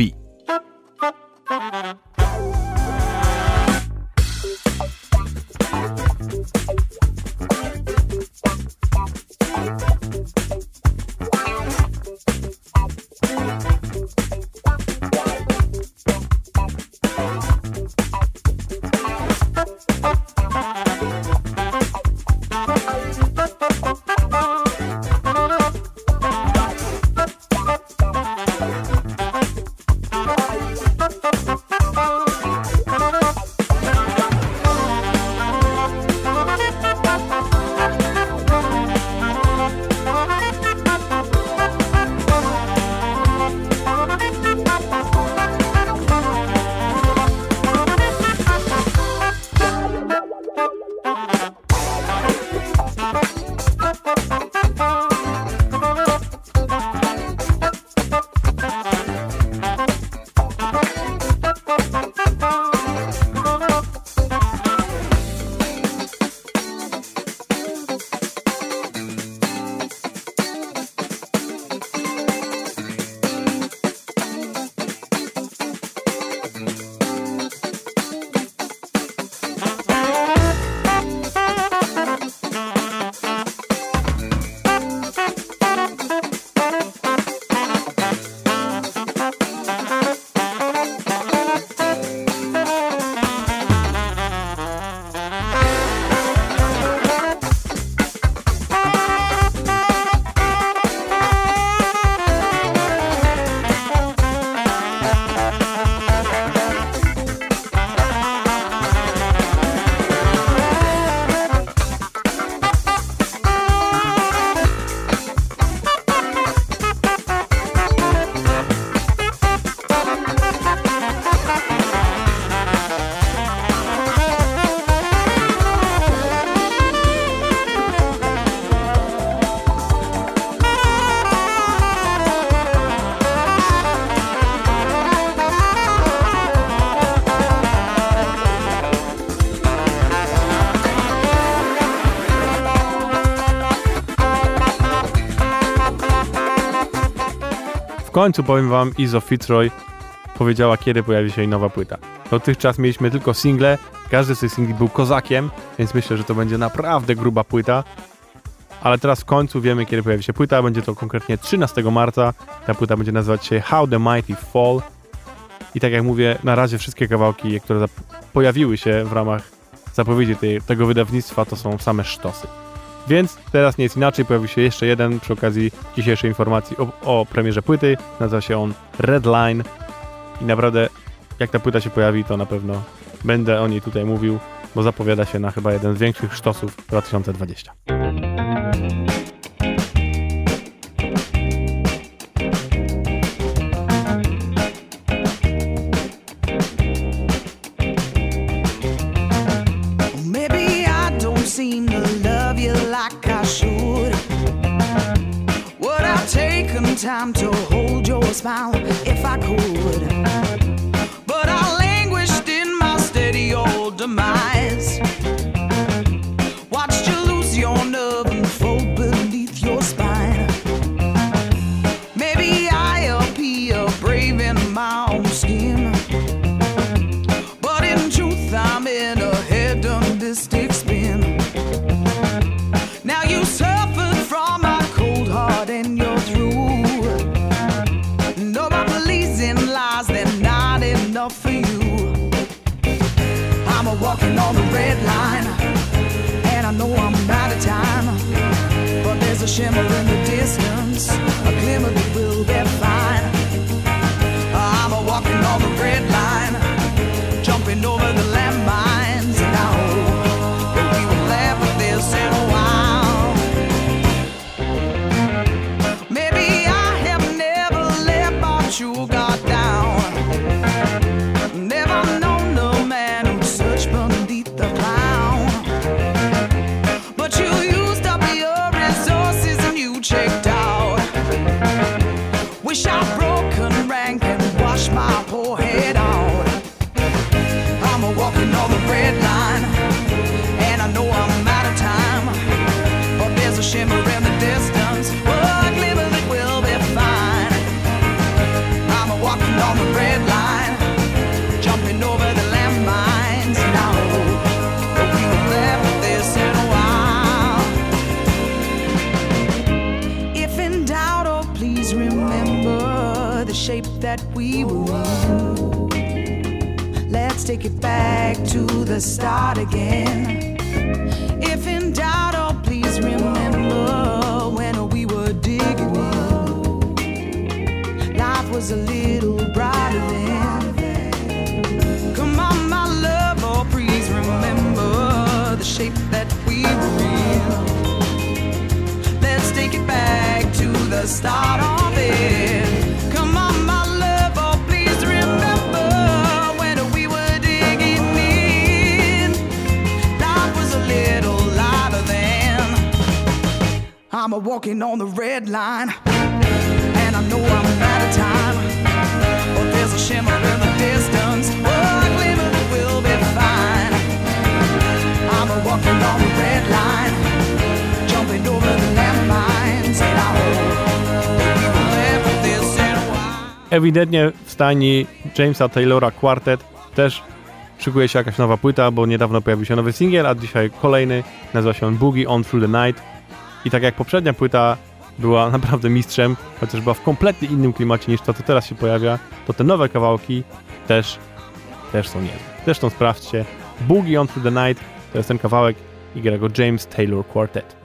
końcu, powiem wam, Izzo Fitzroy powiedziała, kiedy pojawi się jej nowa płyta. Dotychczas mieliśmy tylko single, każdy z tych singli był kozakiem, więc myślę, że to będzie naprawdę gruba płyta. Ale teraz w końcu wiemy, kiedy pojawi się płyta, będzie to konkretnie trzynastego marca. Ta płyta będzie nazywać się How the Mighty Fall. I tak jak mówię, na razie wszystkie kawałki, które pojawiły się w ramach zapowiedzi tej, tego wydawnictwa, to są same sztosy. Więc teraz nie jest inaczej, pojawił się jeszcze jeden przy okazji dzisiejszej informacji o, o premierze płyty. Nazywa się on Redline. I naprawdę, jak ta płyta się pojawi, to na pewno będę o niej tutaj mówił, bo zapowiada się na chyba jeden z większych sztosów dwa tysiące dwudziestego. Seem to love you like I should. Would I take time to hold your smile if I could? But I languished in my steady old demise. Watched you lose your nerve and fall beneath your spine. Maybe I appear brave in my own skin, but in truth I'm in a hedonistic spin. Now you suffered from my cold heart and you're through. No more pleasing lies, they're not enough for you. I'm a walking on the red line, and I know I'm out of time, but there's a shimmer in the distance, a glimmer that will be fine. I'm a walking on the red line, jumping over the landmines, and I hope that we will laugh at this in a while. You got down. Never known a man who'd search beneath the clown. But you used up your resources and you checked out. Wish I'd broken rank and washed my poor head out. I'm a walking on the red line, and I know I'm out of time, but there's a shimmer in the distance, oh, a glimmer that will be fine. Walking on the red line, jumping over the landmines. Now we will laugh at this in a while. If in doubt, oh please remember the shape that we were in. Let's take it back to the start again. If in doubt, oh please remember when we were digging in. Life was a little brighter then. Come on, my love, oh please remember the shape that we were in. Let's take it back to the start of it. Come on, my love, oh please remember when we were digging in. Life was a little lighter then. I'm a walking on the red line, I know I'm out of time, but there's a shimmer in the distance, oh, a glimmer that will be fine. I'm a walking on the red line, jumping over the landmines, and I hope that we will laugh at this in a while. Ewidentnie w stajni Jamesa Taylora Quartet też szykuje się jakaś nowa płyta, bo niedawno pojawił się nowy singiel, a dzisiaj kolejny, nazywa się on Boogie On Through the Night. I tak jak poprzednia płyta była naprawdę mistrzem, chociaż była w kompletnie innym klimacie niż to, co teraz się pojawia, to te nowe kawałki też, też są niezłe. Zresztą sprawdźcie, Boogie On Through the Night to jest ten kawałek i gra go James Taylor Quartet.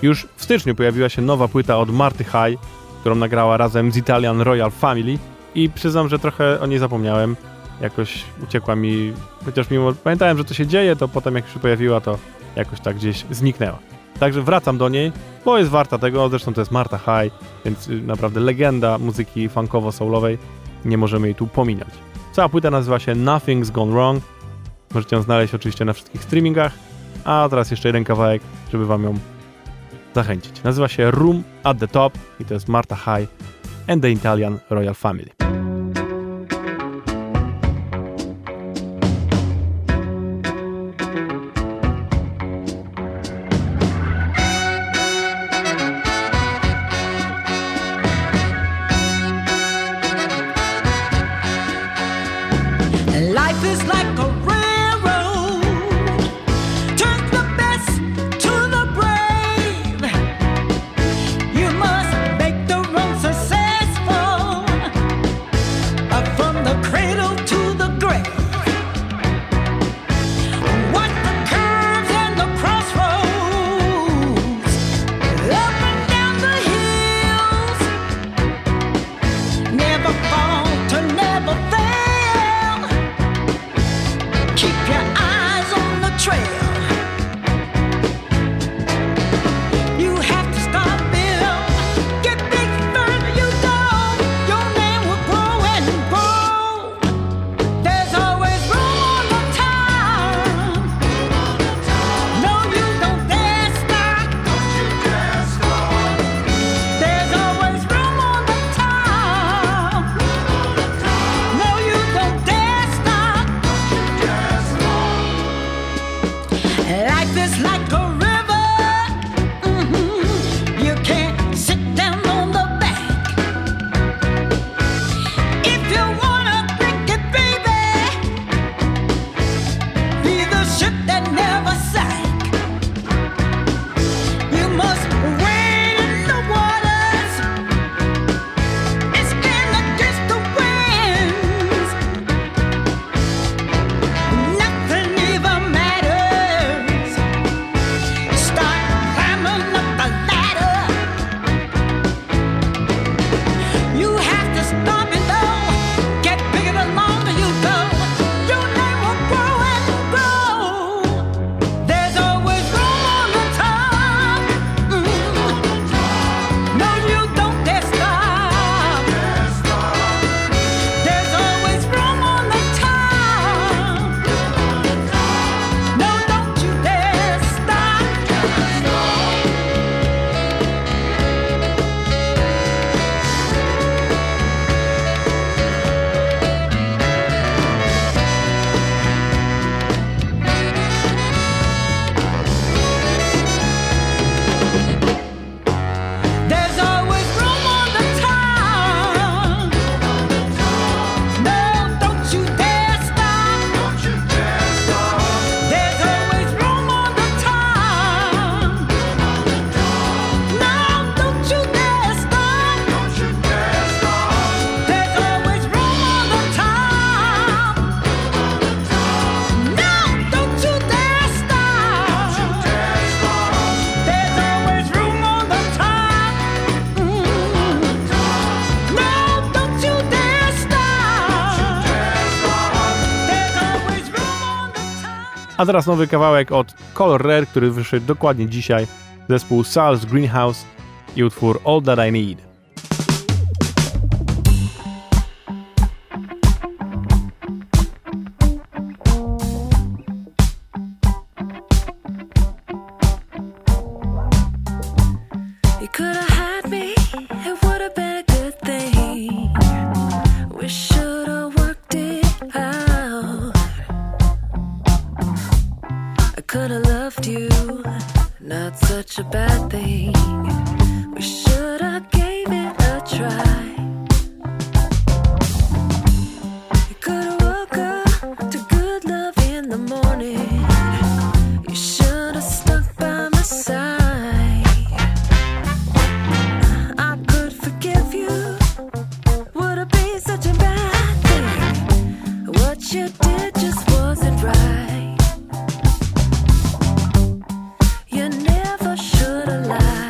Już w styczniu pojawiła się nowa płyta od Marty High, którą nagrała razem z Italian Royal Family i przyznam, że trochę o niej zapomniałem. Jakoś uciekła mi, chociaż mimo pamiętałem, że to się dzieje, to potem jak się pojawiła, to jakoś tak gdzieś zniknęła. Także wracam do niej, bo jest warta tego, zresztą to jest Marta High, więc naprawdę legenda muzyki funkowo-soulowej, nie możemy jej tu pominąć. Cała płyta nazywa się Nothing's Gone Wrong, możecie ją znaleźć oczywiście na wszystkich streamingach, a teraz jeszcze jeden kawałek, żeby wam ją zachęcić. Nazywa się Room at the Top i to jest Marta High and the Italian Royal Family. Life is like a railroad, turns the best to the brave. You must make the road successful, uh, from the cradle to the grave. Watch the curves and the crossroads, up and down the hills. Never falter, never fail. Keep your eyes on the trail. You have to stop it. Get big further you go. Your name will grow and grow. There's always room on the top. No, you don't dare stop. There's always room on the top. No, you don't dare stop. Life is like a river. Mhm. You can't sit down on the bank. If you wanna drink it, baby, be the ship that never sank. You must wade in the waters and stand against the winds. Nothing even matters. Start climbing up the ladder. You have to stop it though. Get bigger the longer you go. Your name will grow and grow. There's always room on the top. Mm. No, you don't dare stop. There's always room on the top. No, don't you dare stop. There's always room on the top. No, don't you dare stop. There's always room on the top. No, don't you dare stop. There's always room on the top. No, don't you dare stop. There's always room on the top. Mm. No, don't you dare stop. There's always room on the top. A teraz nowy kawałek od Color Red, który wyszedł dokładnie dzisiaj. Zespół Sal's Greenhouse i utwór All That I Need. You could have had me, it would have been a good thing. We should have worked it out. I could have loved you, not such a bad thing. We should have gave it a try. You could have woke up to good love in the morning. You should have stuck by my side. I could forgive you. Would it be such a bad thing? What you did just wasn't right. You never should have lied.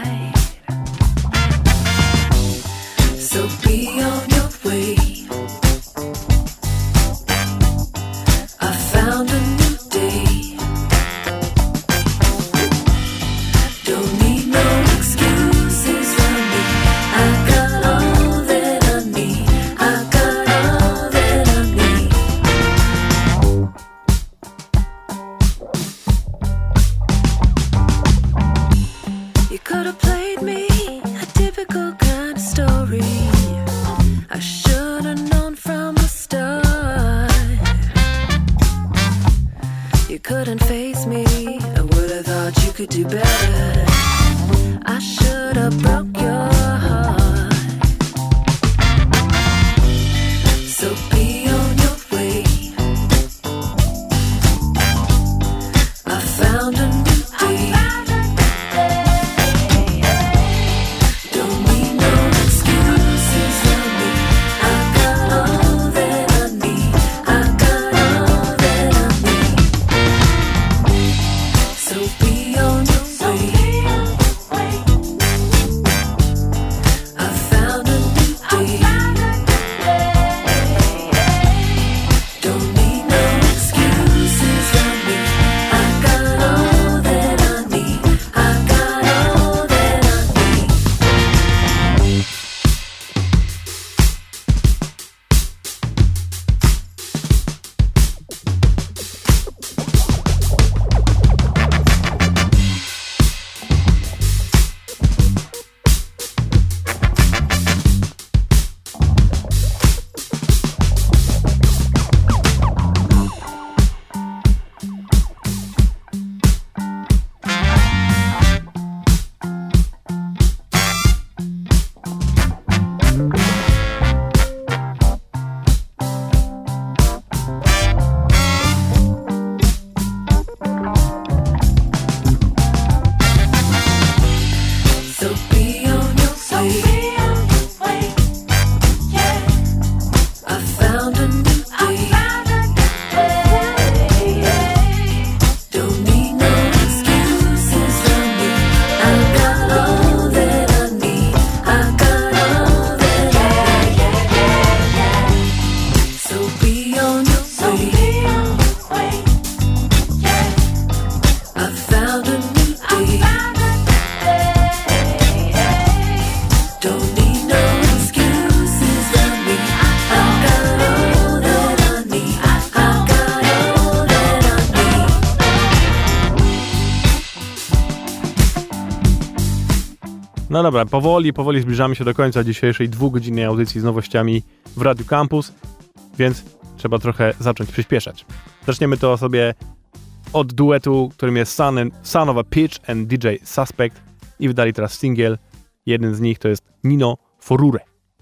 No dobra, powoli, powoli zbliżamy się do końca dzisiejszej dwugodzinnej audycji z nowościami w Radiu Campus, więc trzeba trochę zacząć przyspieszać. Zaczniemy to sobie od duetu, którym jest Son, and, Son of a Pitch and D J Suspect i wydali teraz singiel. Jeden z nich to jest Nino Forure.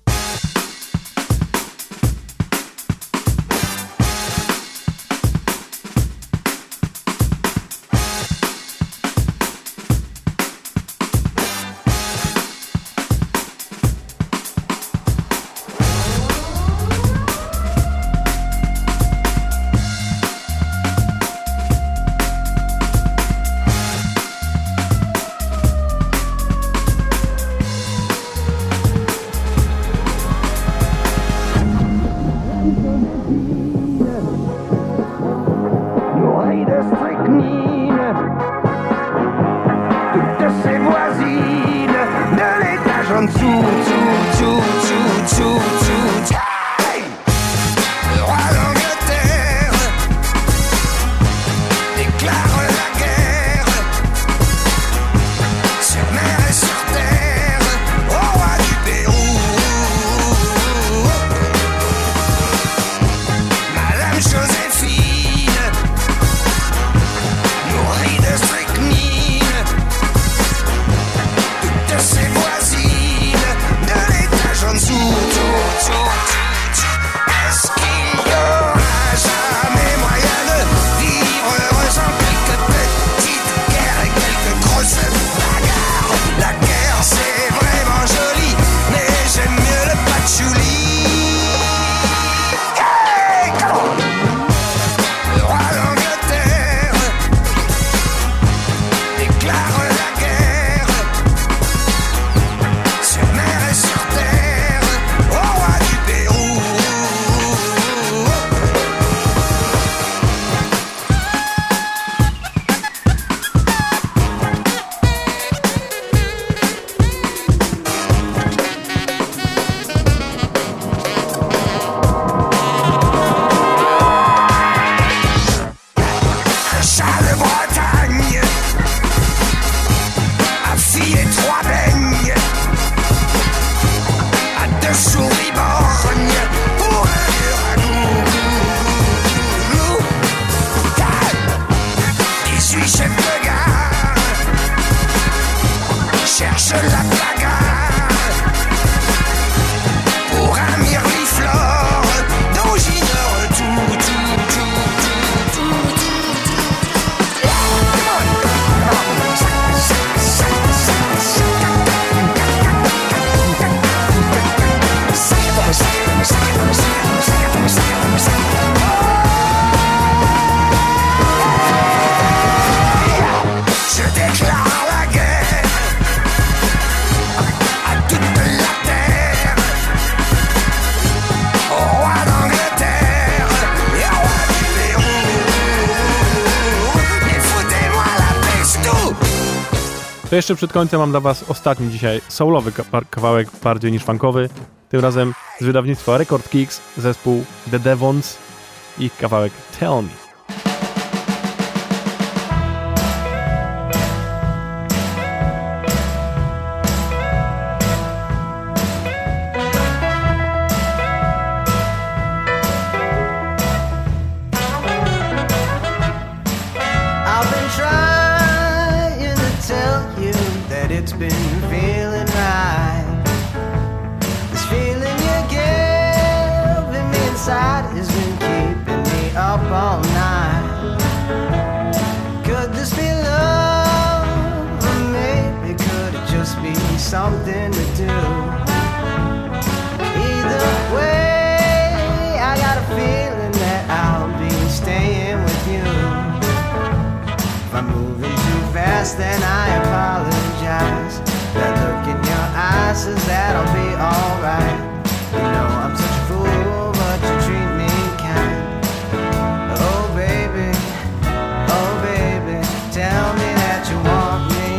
To jeszcze przed końcem mam dla was ostatni dzisiaj soulowy kawałek, bardziej niż funkowy. Tym razem z wydawnictwa Record Kicks, zespół The Devons i kawałek Tell Me. It's been feeling right. This feeling you're giving me inside has been keeping me up all night. Could this be love? Or maybe could it just be something to do? Either way, I got a feeling that I'll be staying with you. If I'm moving too fast, then I apologize. That look in your eyes says that I'll be alright. You know I'm such a fool, but you treat me kind. Oh baby, oh baby, tell me that you want me.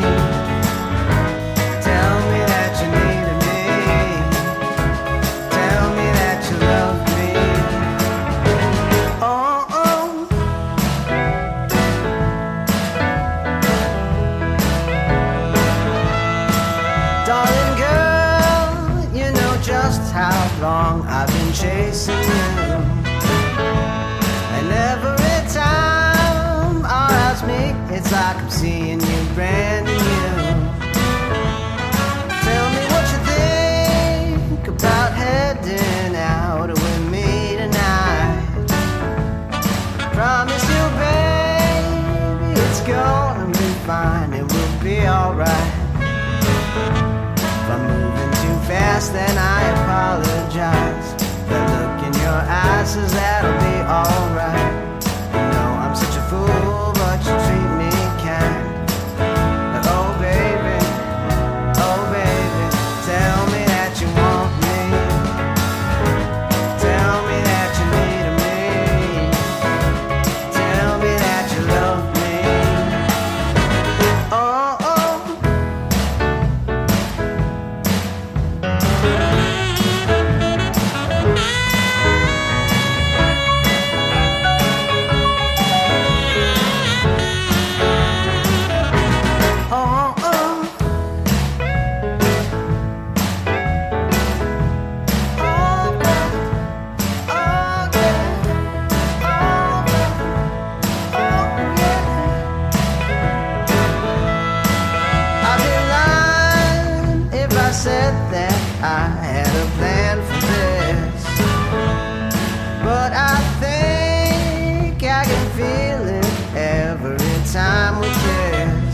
Tell me that you need me. Tell me that you love me. Oh, oh. Darling, apologize. That look in your eyes says that'll be alright. You know I'm such a fool, but you treat me kind. But oh baby, oh baby, tell me that you want me. Tell me that you need me. Tell me that you love me. Oh, oh. Oh, oh. Oh, yeah. Oh, yeah. Oh, yeah. I'd be lying if I said that I had a plan for this. But I think I can feel it every time we kiss.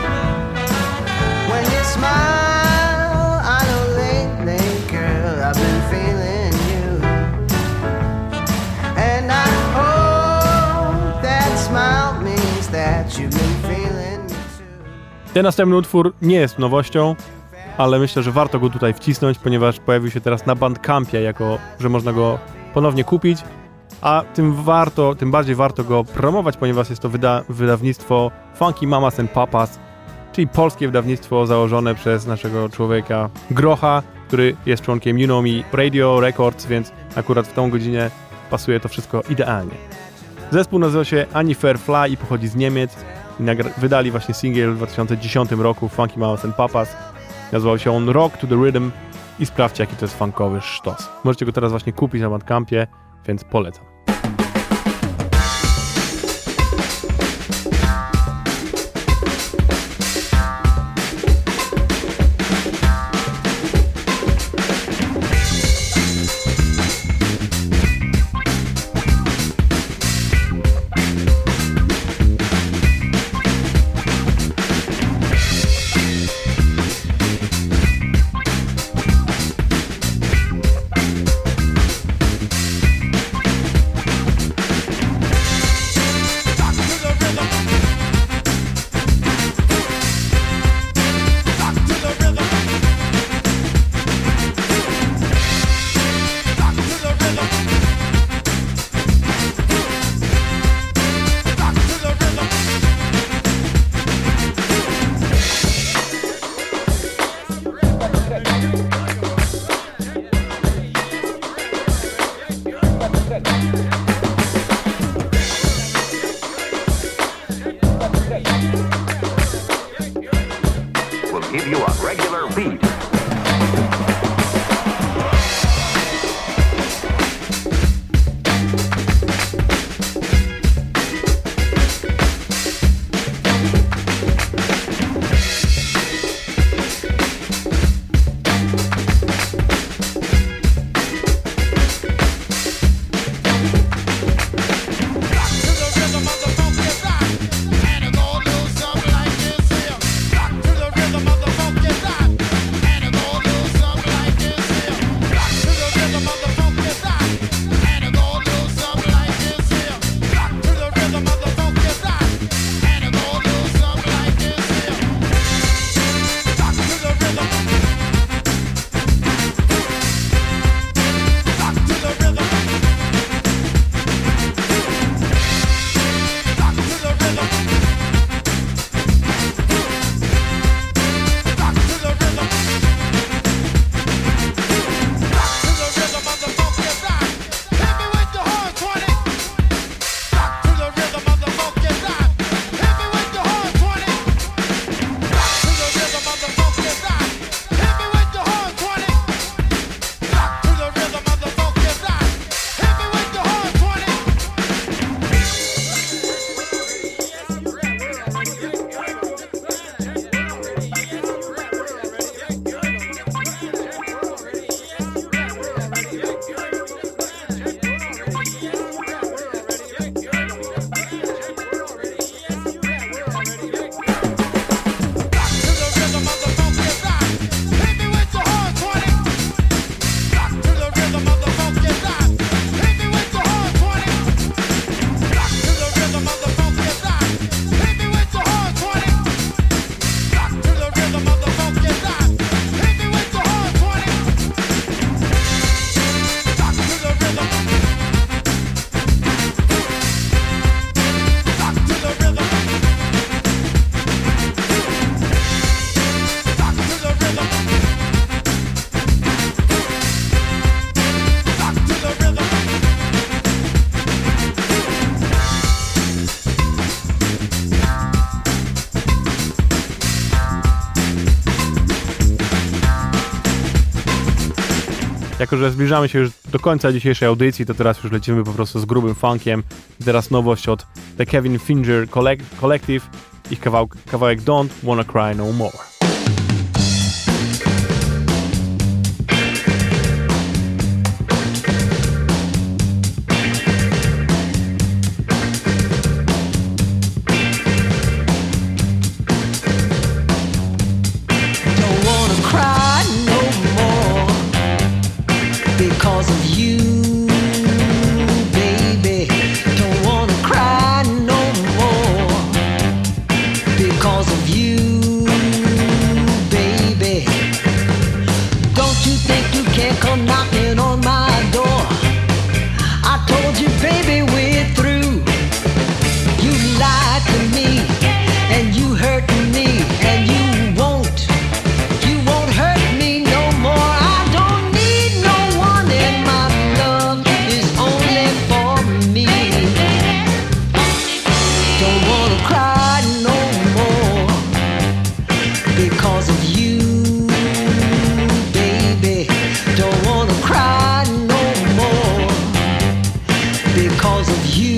When you smile, I know lately, girl, I've been feeling you. And I hope that smile means that you've been feeling me too. Ten następny utwór nie jest nowością, ale myślę, że warto go tutaj wcisnąć, ponieważ pojawił się teraz na Bandcampie, jako że można go ponownie kupić, a tym warto, tym bardziej warto go promować, ponieważ jest to wyda- wydawnictwo Funky Mamas and Papas, czyli polskie wydawnictwo założone przez naszego człowieka Grocha, który jest członkiem You Know Me Radio Records, więc akurat w tą godzinę pasuje to wszystko idealnie. Zespół nazywa się Anifer Fly i pochodzi z Niemiec i nagra- wydali właśnie singiel w dwa tysiące dziesiątym roku Funky Mamas and Papas. Nazywał się on Rock to the Rhythm i sprawdźcie, jaki to jest funkowy sztos. Możecie go teraz właśnie kupić na Bandcampie, więc polecam. Jako że zbliżamy się już do końca dzisiejszej audycji, to teraz już lecimy po prostu z grubym funkiem. I teraz nowość od The Kevin Finger Collective, ich kawałek, kawałek Don't Wanna Cry No More. Because of you, baby, don't wanna cry no more. Because of you, baby, don't you think you can come knocking on my door? I told you, baby, we're through. You lied to me, and you hurt me, and you won't, you won't hurt me no more. I don't need no one, and my love is only for me. Don't wanna cry no more because of you, baby. Don't wanna cry no more because of you,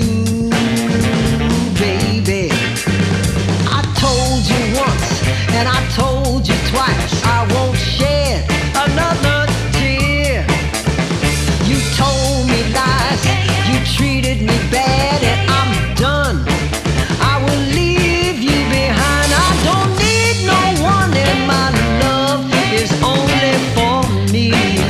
baby. I told you once and I told you twice, I won't shed another tear. You told me lies, you treated me bad, and I'm done. I will leave you behind. I don't need no one, and my love is only for me.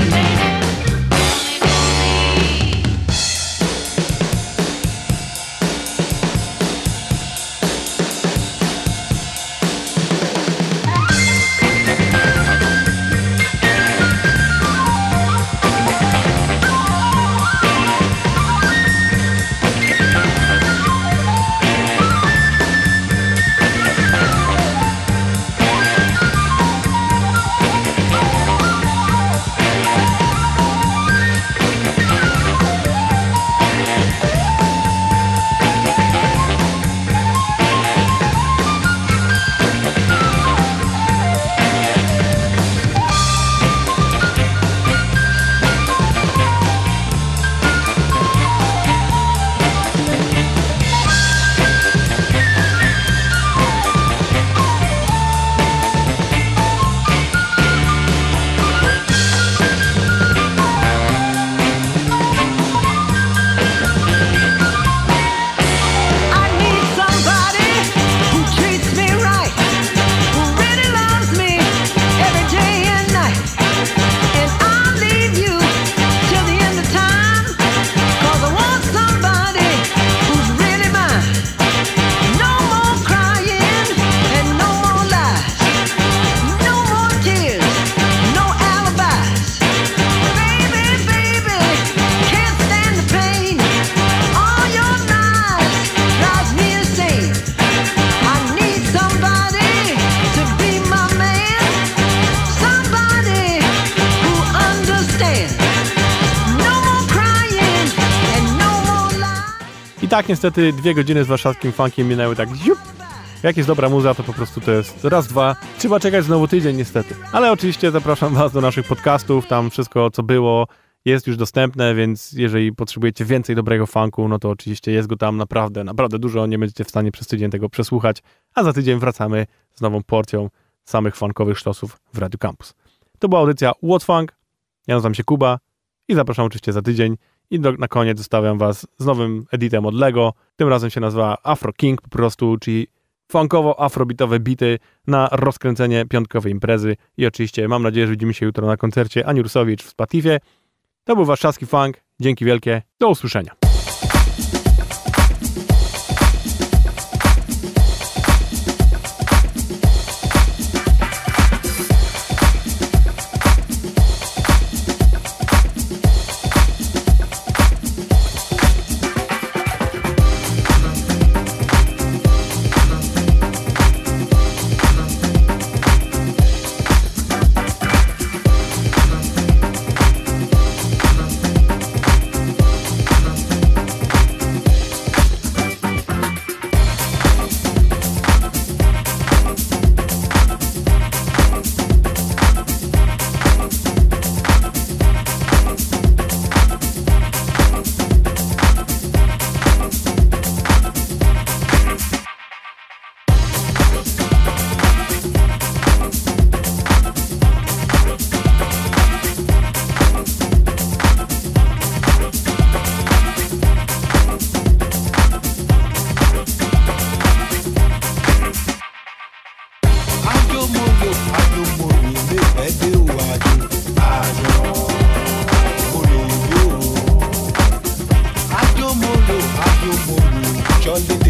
I need somebody who treats me right, who really loves me every day and night. And I'll leave you till the end of time, 'cause I want somebody who's really mine. No more crying and no more lies, no more tears, no alibis. Baby, baby, can't stand the pain. All your lies drives me insane. I need somebody to be my man, somebody who understands. No more crying and no more lies. I tak niestety dwie godziny z warszawskim funkiem minęły tak ziup. Jak jest dobra muza, to po prostu to jest raz, dwa. Trzeba czekać znowu tydzień niestety. Ale oczywiście zapraszam was do naszych podcastów, tam wszystko co było jest już dostępne, więc jeżeli potrzebujecie więcej dobrego funku, no to oczywiście jest go tam naprawdę, naprawdę dużo, nie będziecie w stanie przez tydzień tego przesłuchać, a za tydzień wracamy z nową porcją samych funkowych sztosów w Radio Campus. To była audycja What Funk, ja nazywam się Kuba i zapraszam oczywiście za tydzień i do, na koniec zostawiam was z nowym editem od Lego, tym razem się nazywa Afro King po prostu, czyli funkowo-afrobitowe bity na rozkręcenie piątkowej imprezy i oczywiście mam nadzieję, że widzimy się jutro na koncercie Ani Rusowicz w Spatifie. To był warszawski funk, dzięki wielkie, do usłyszenia. on the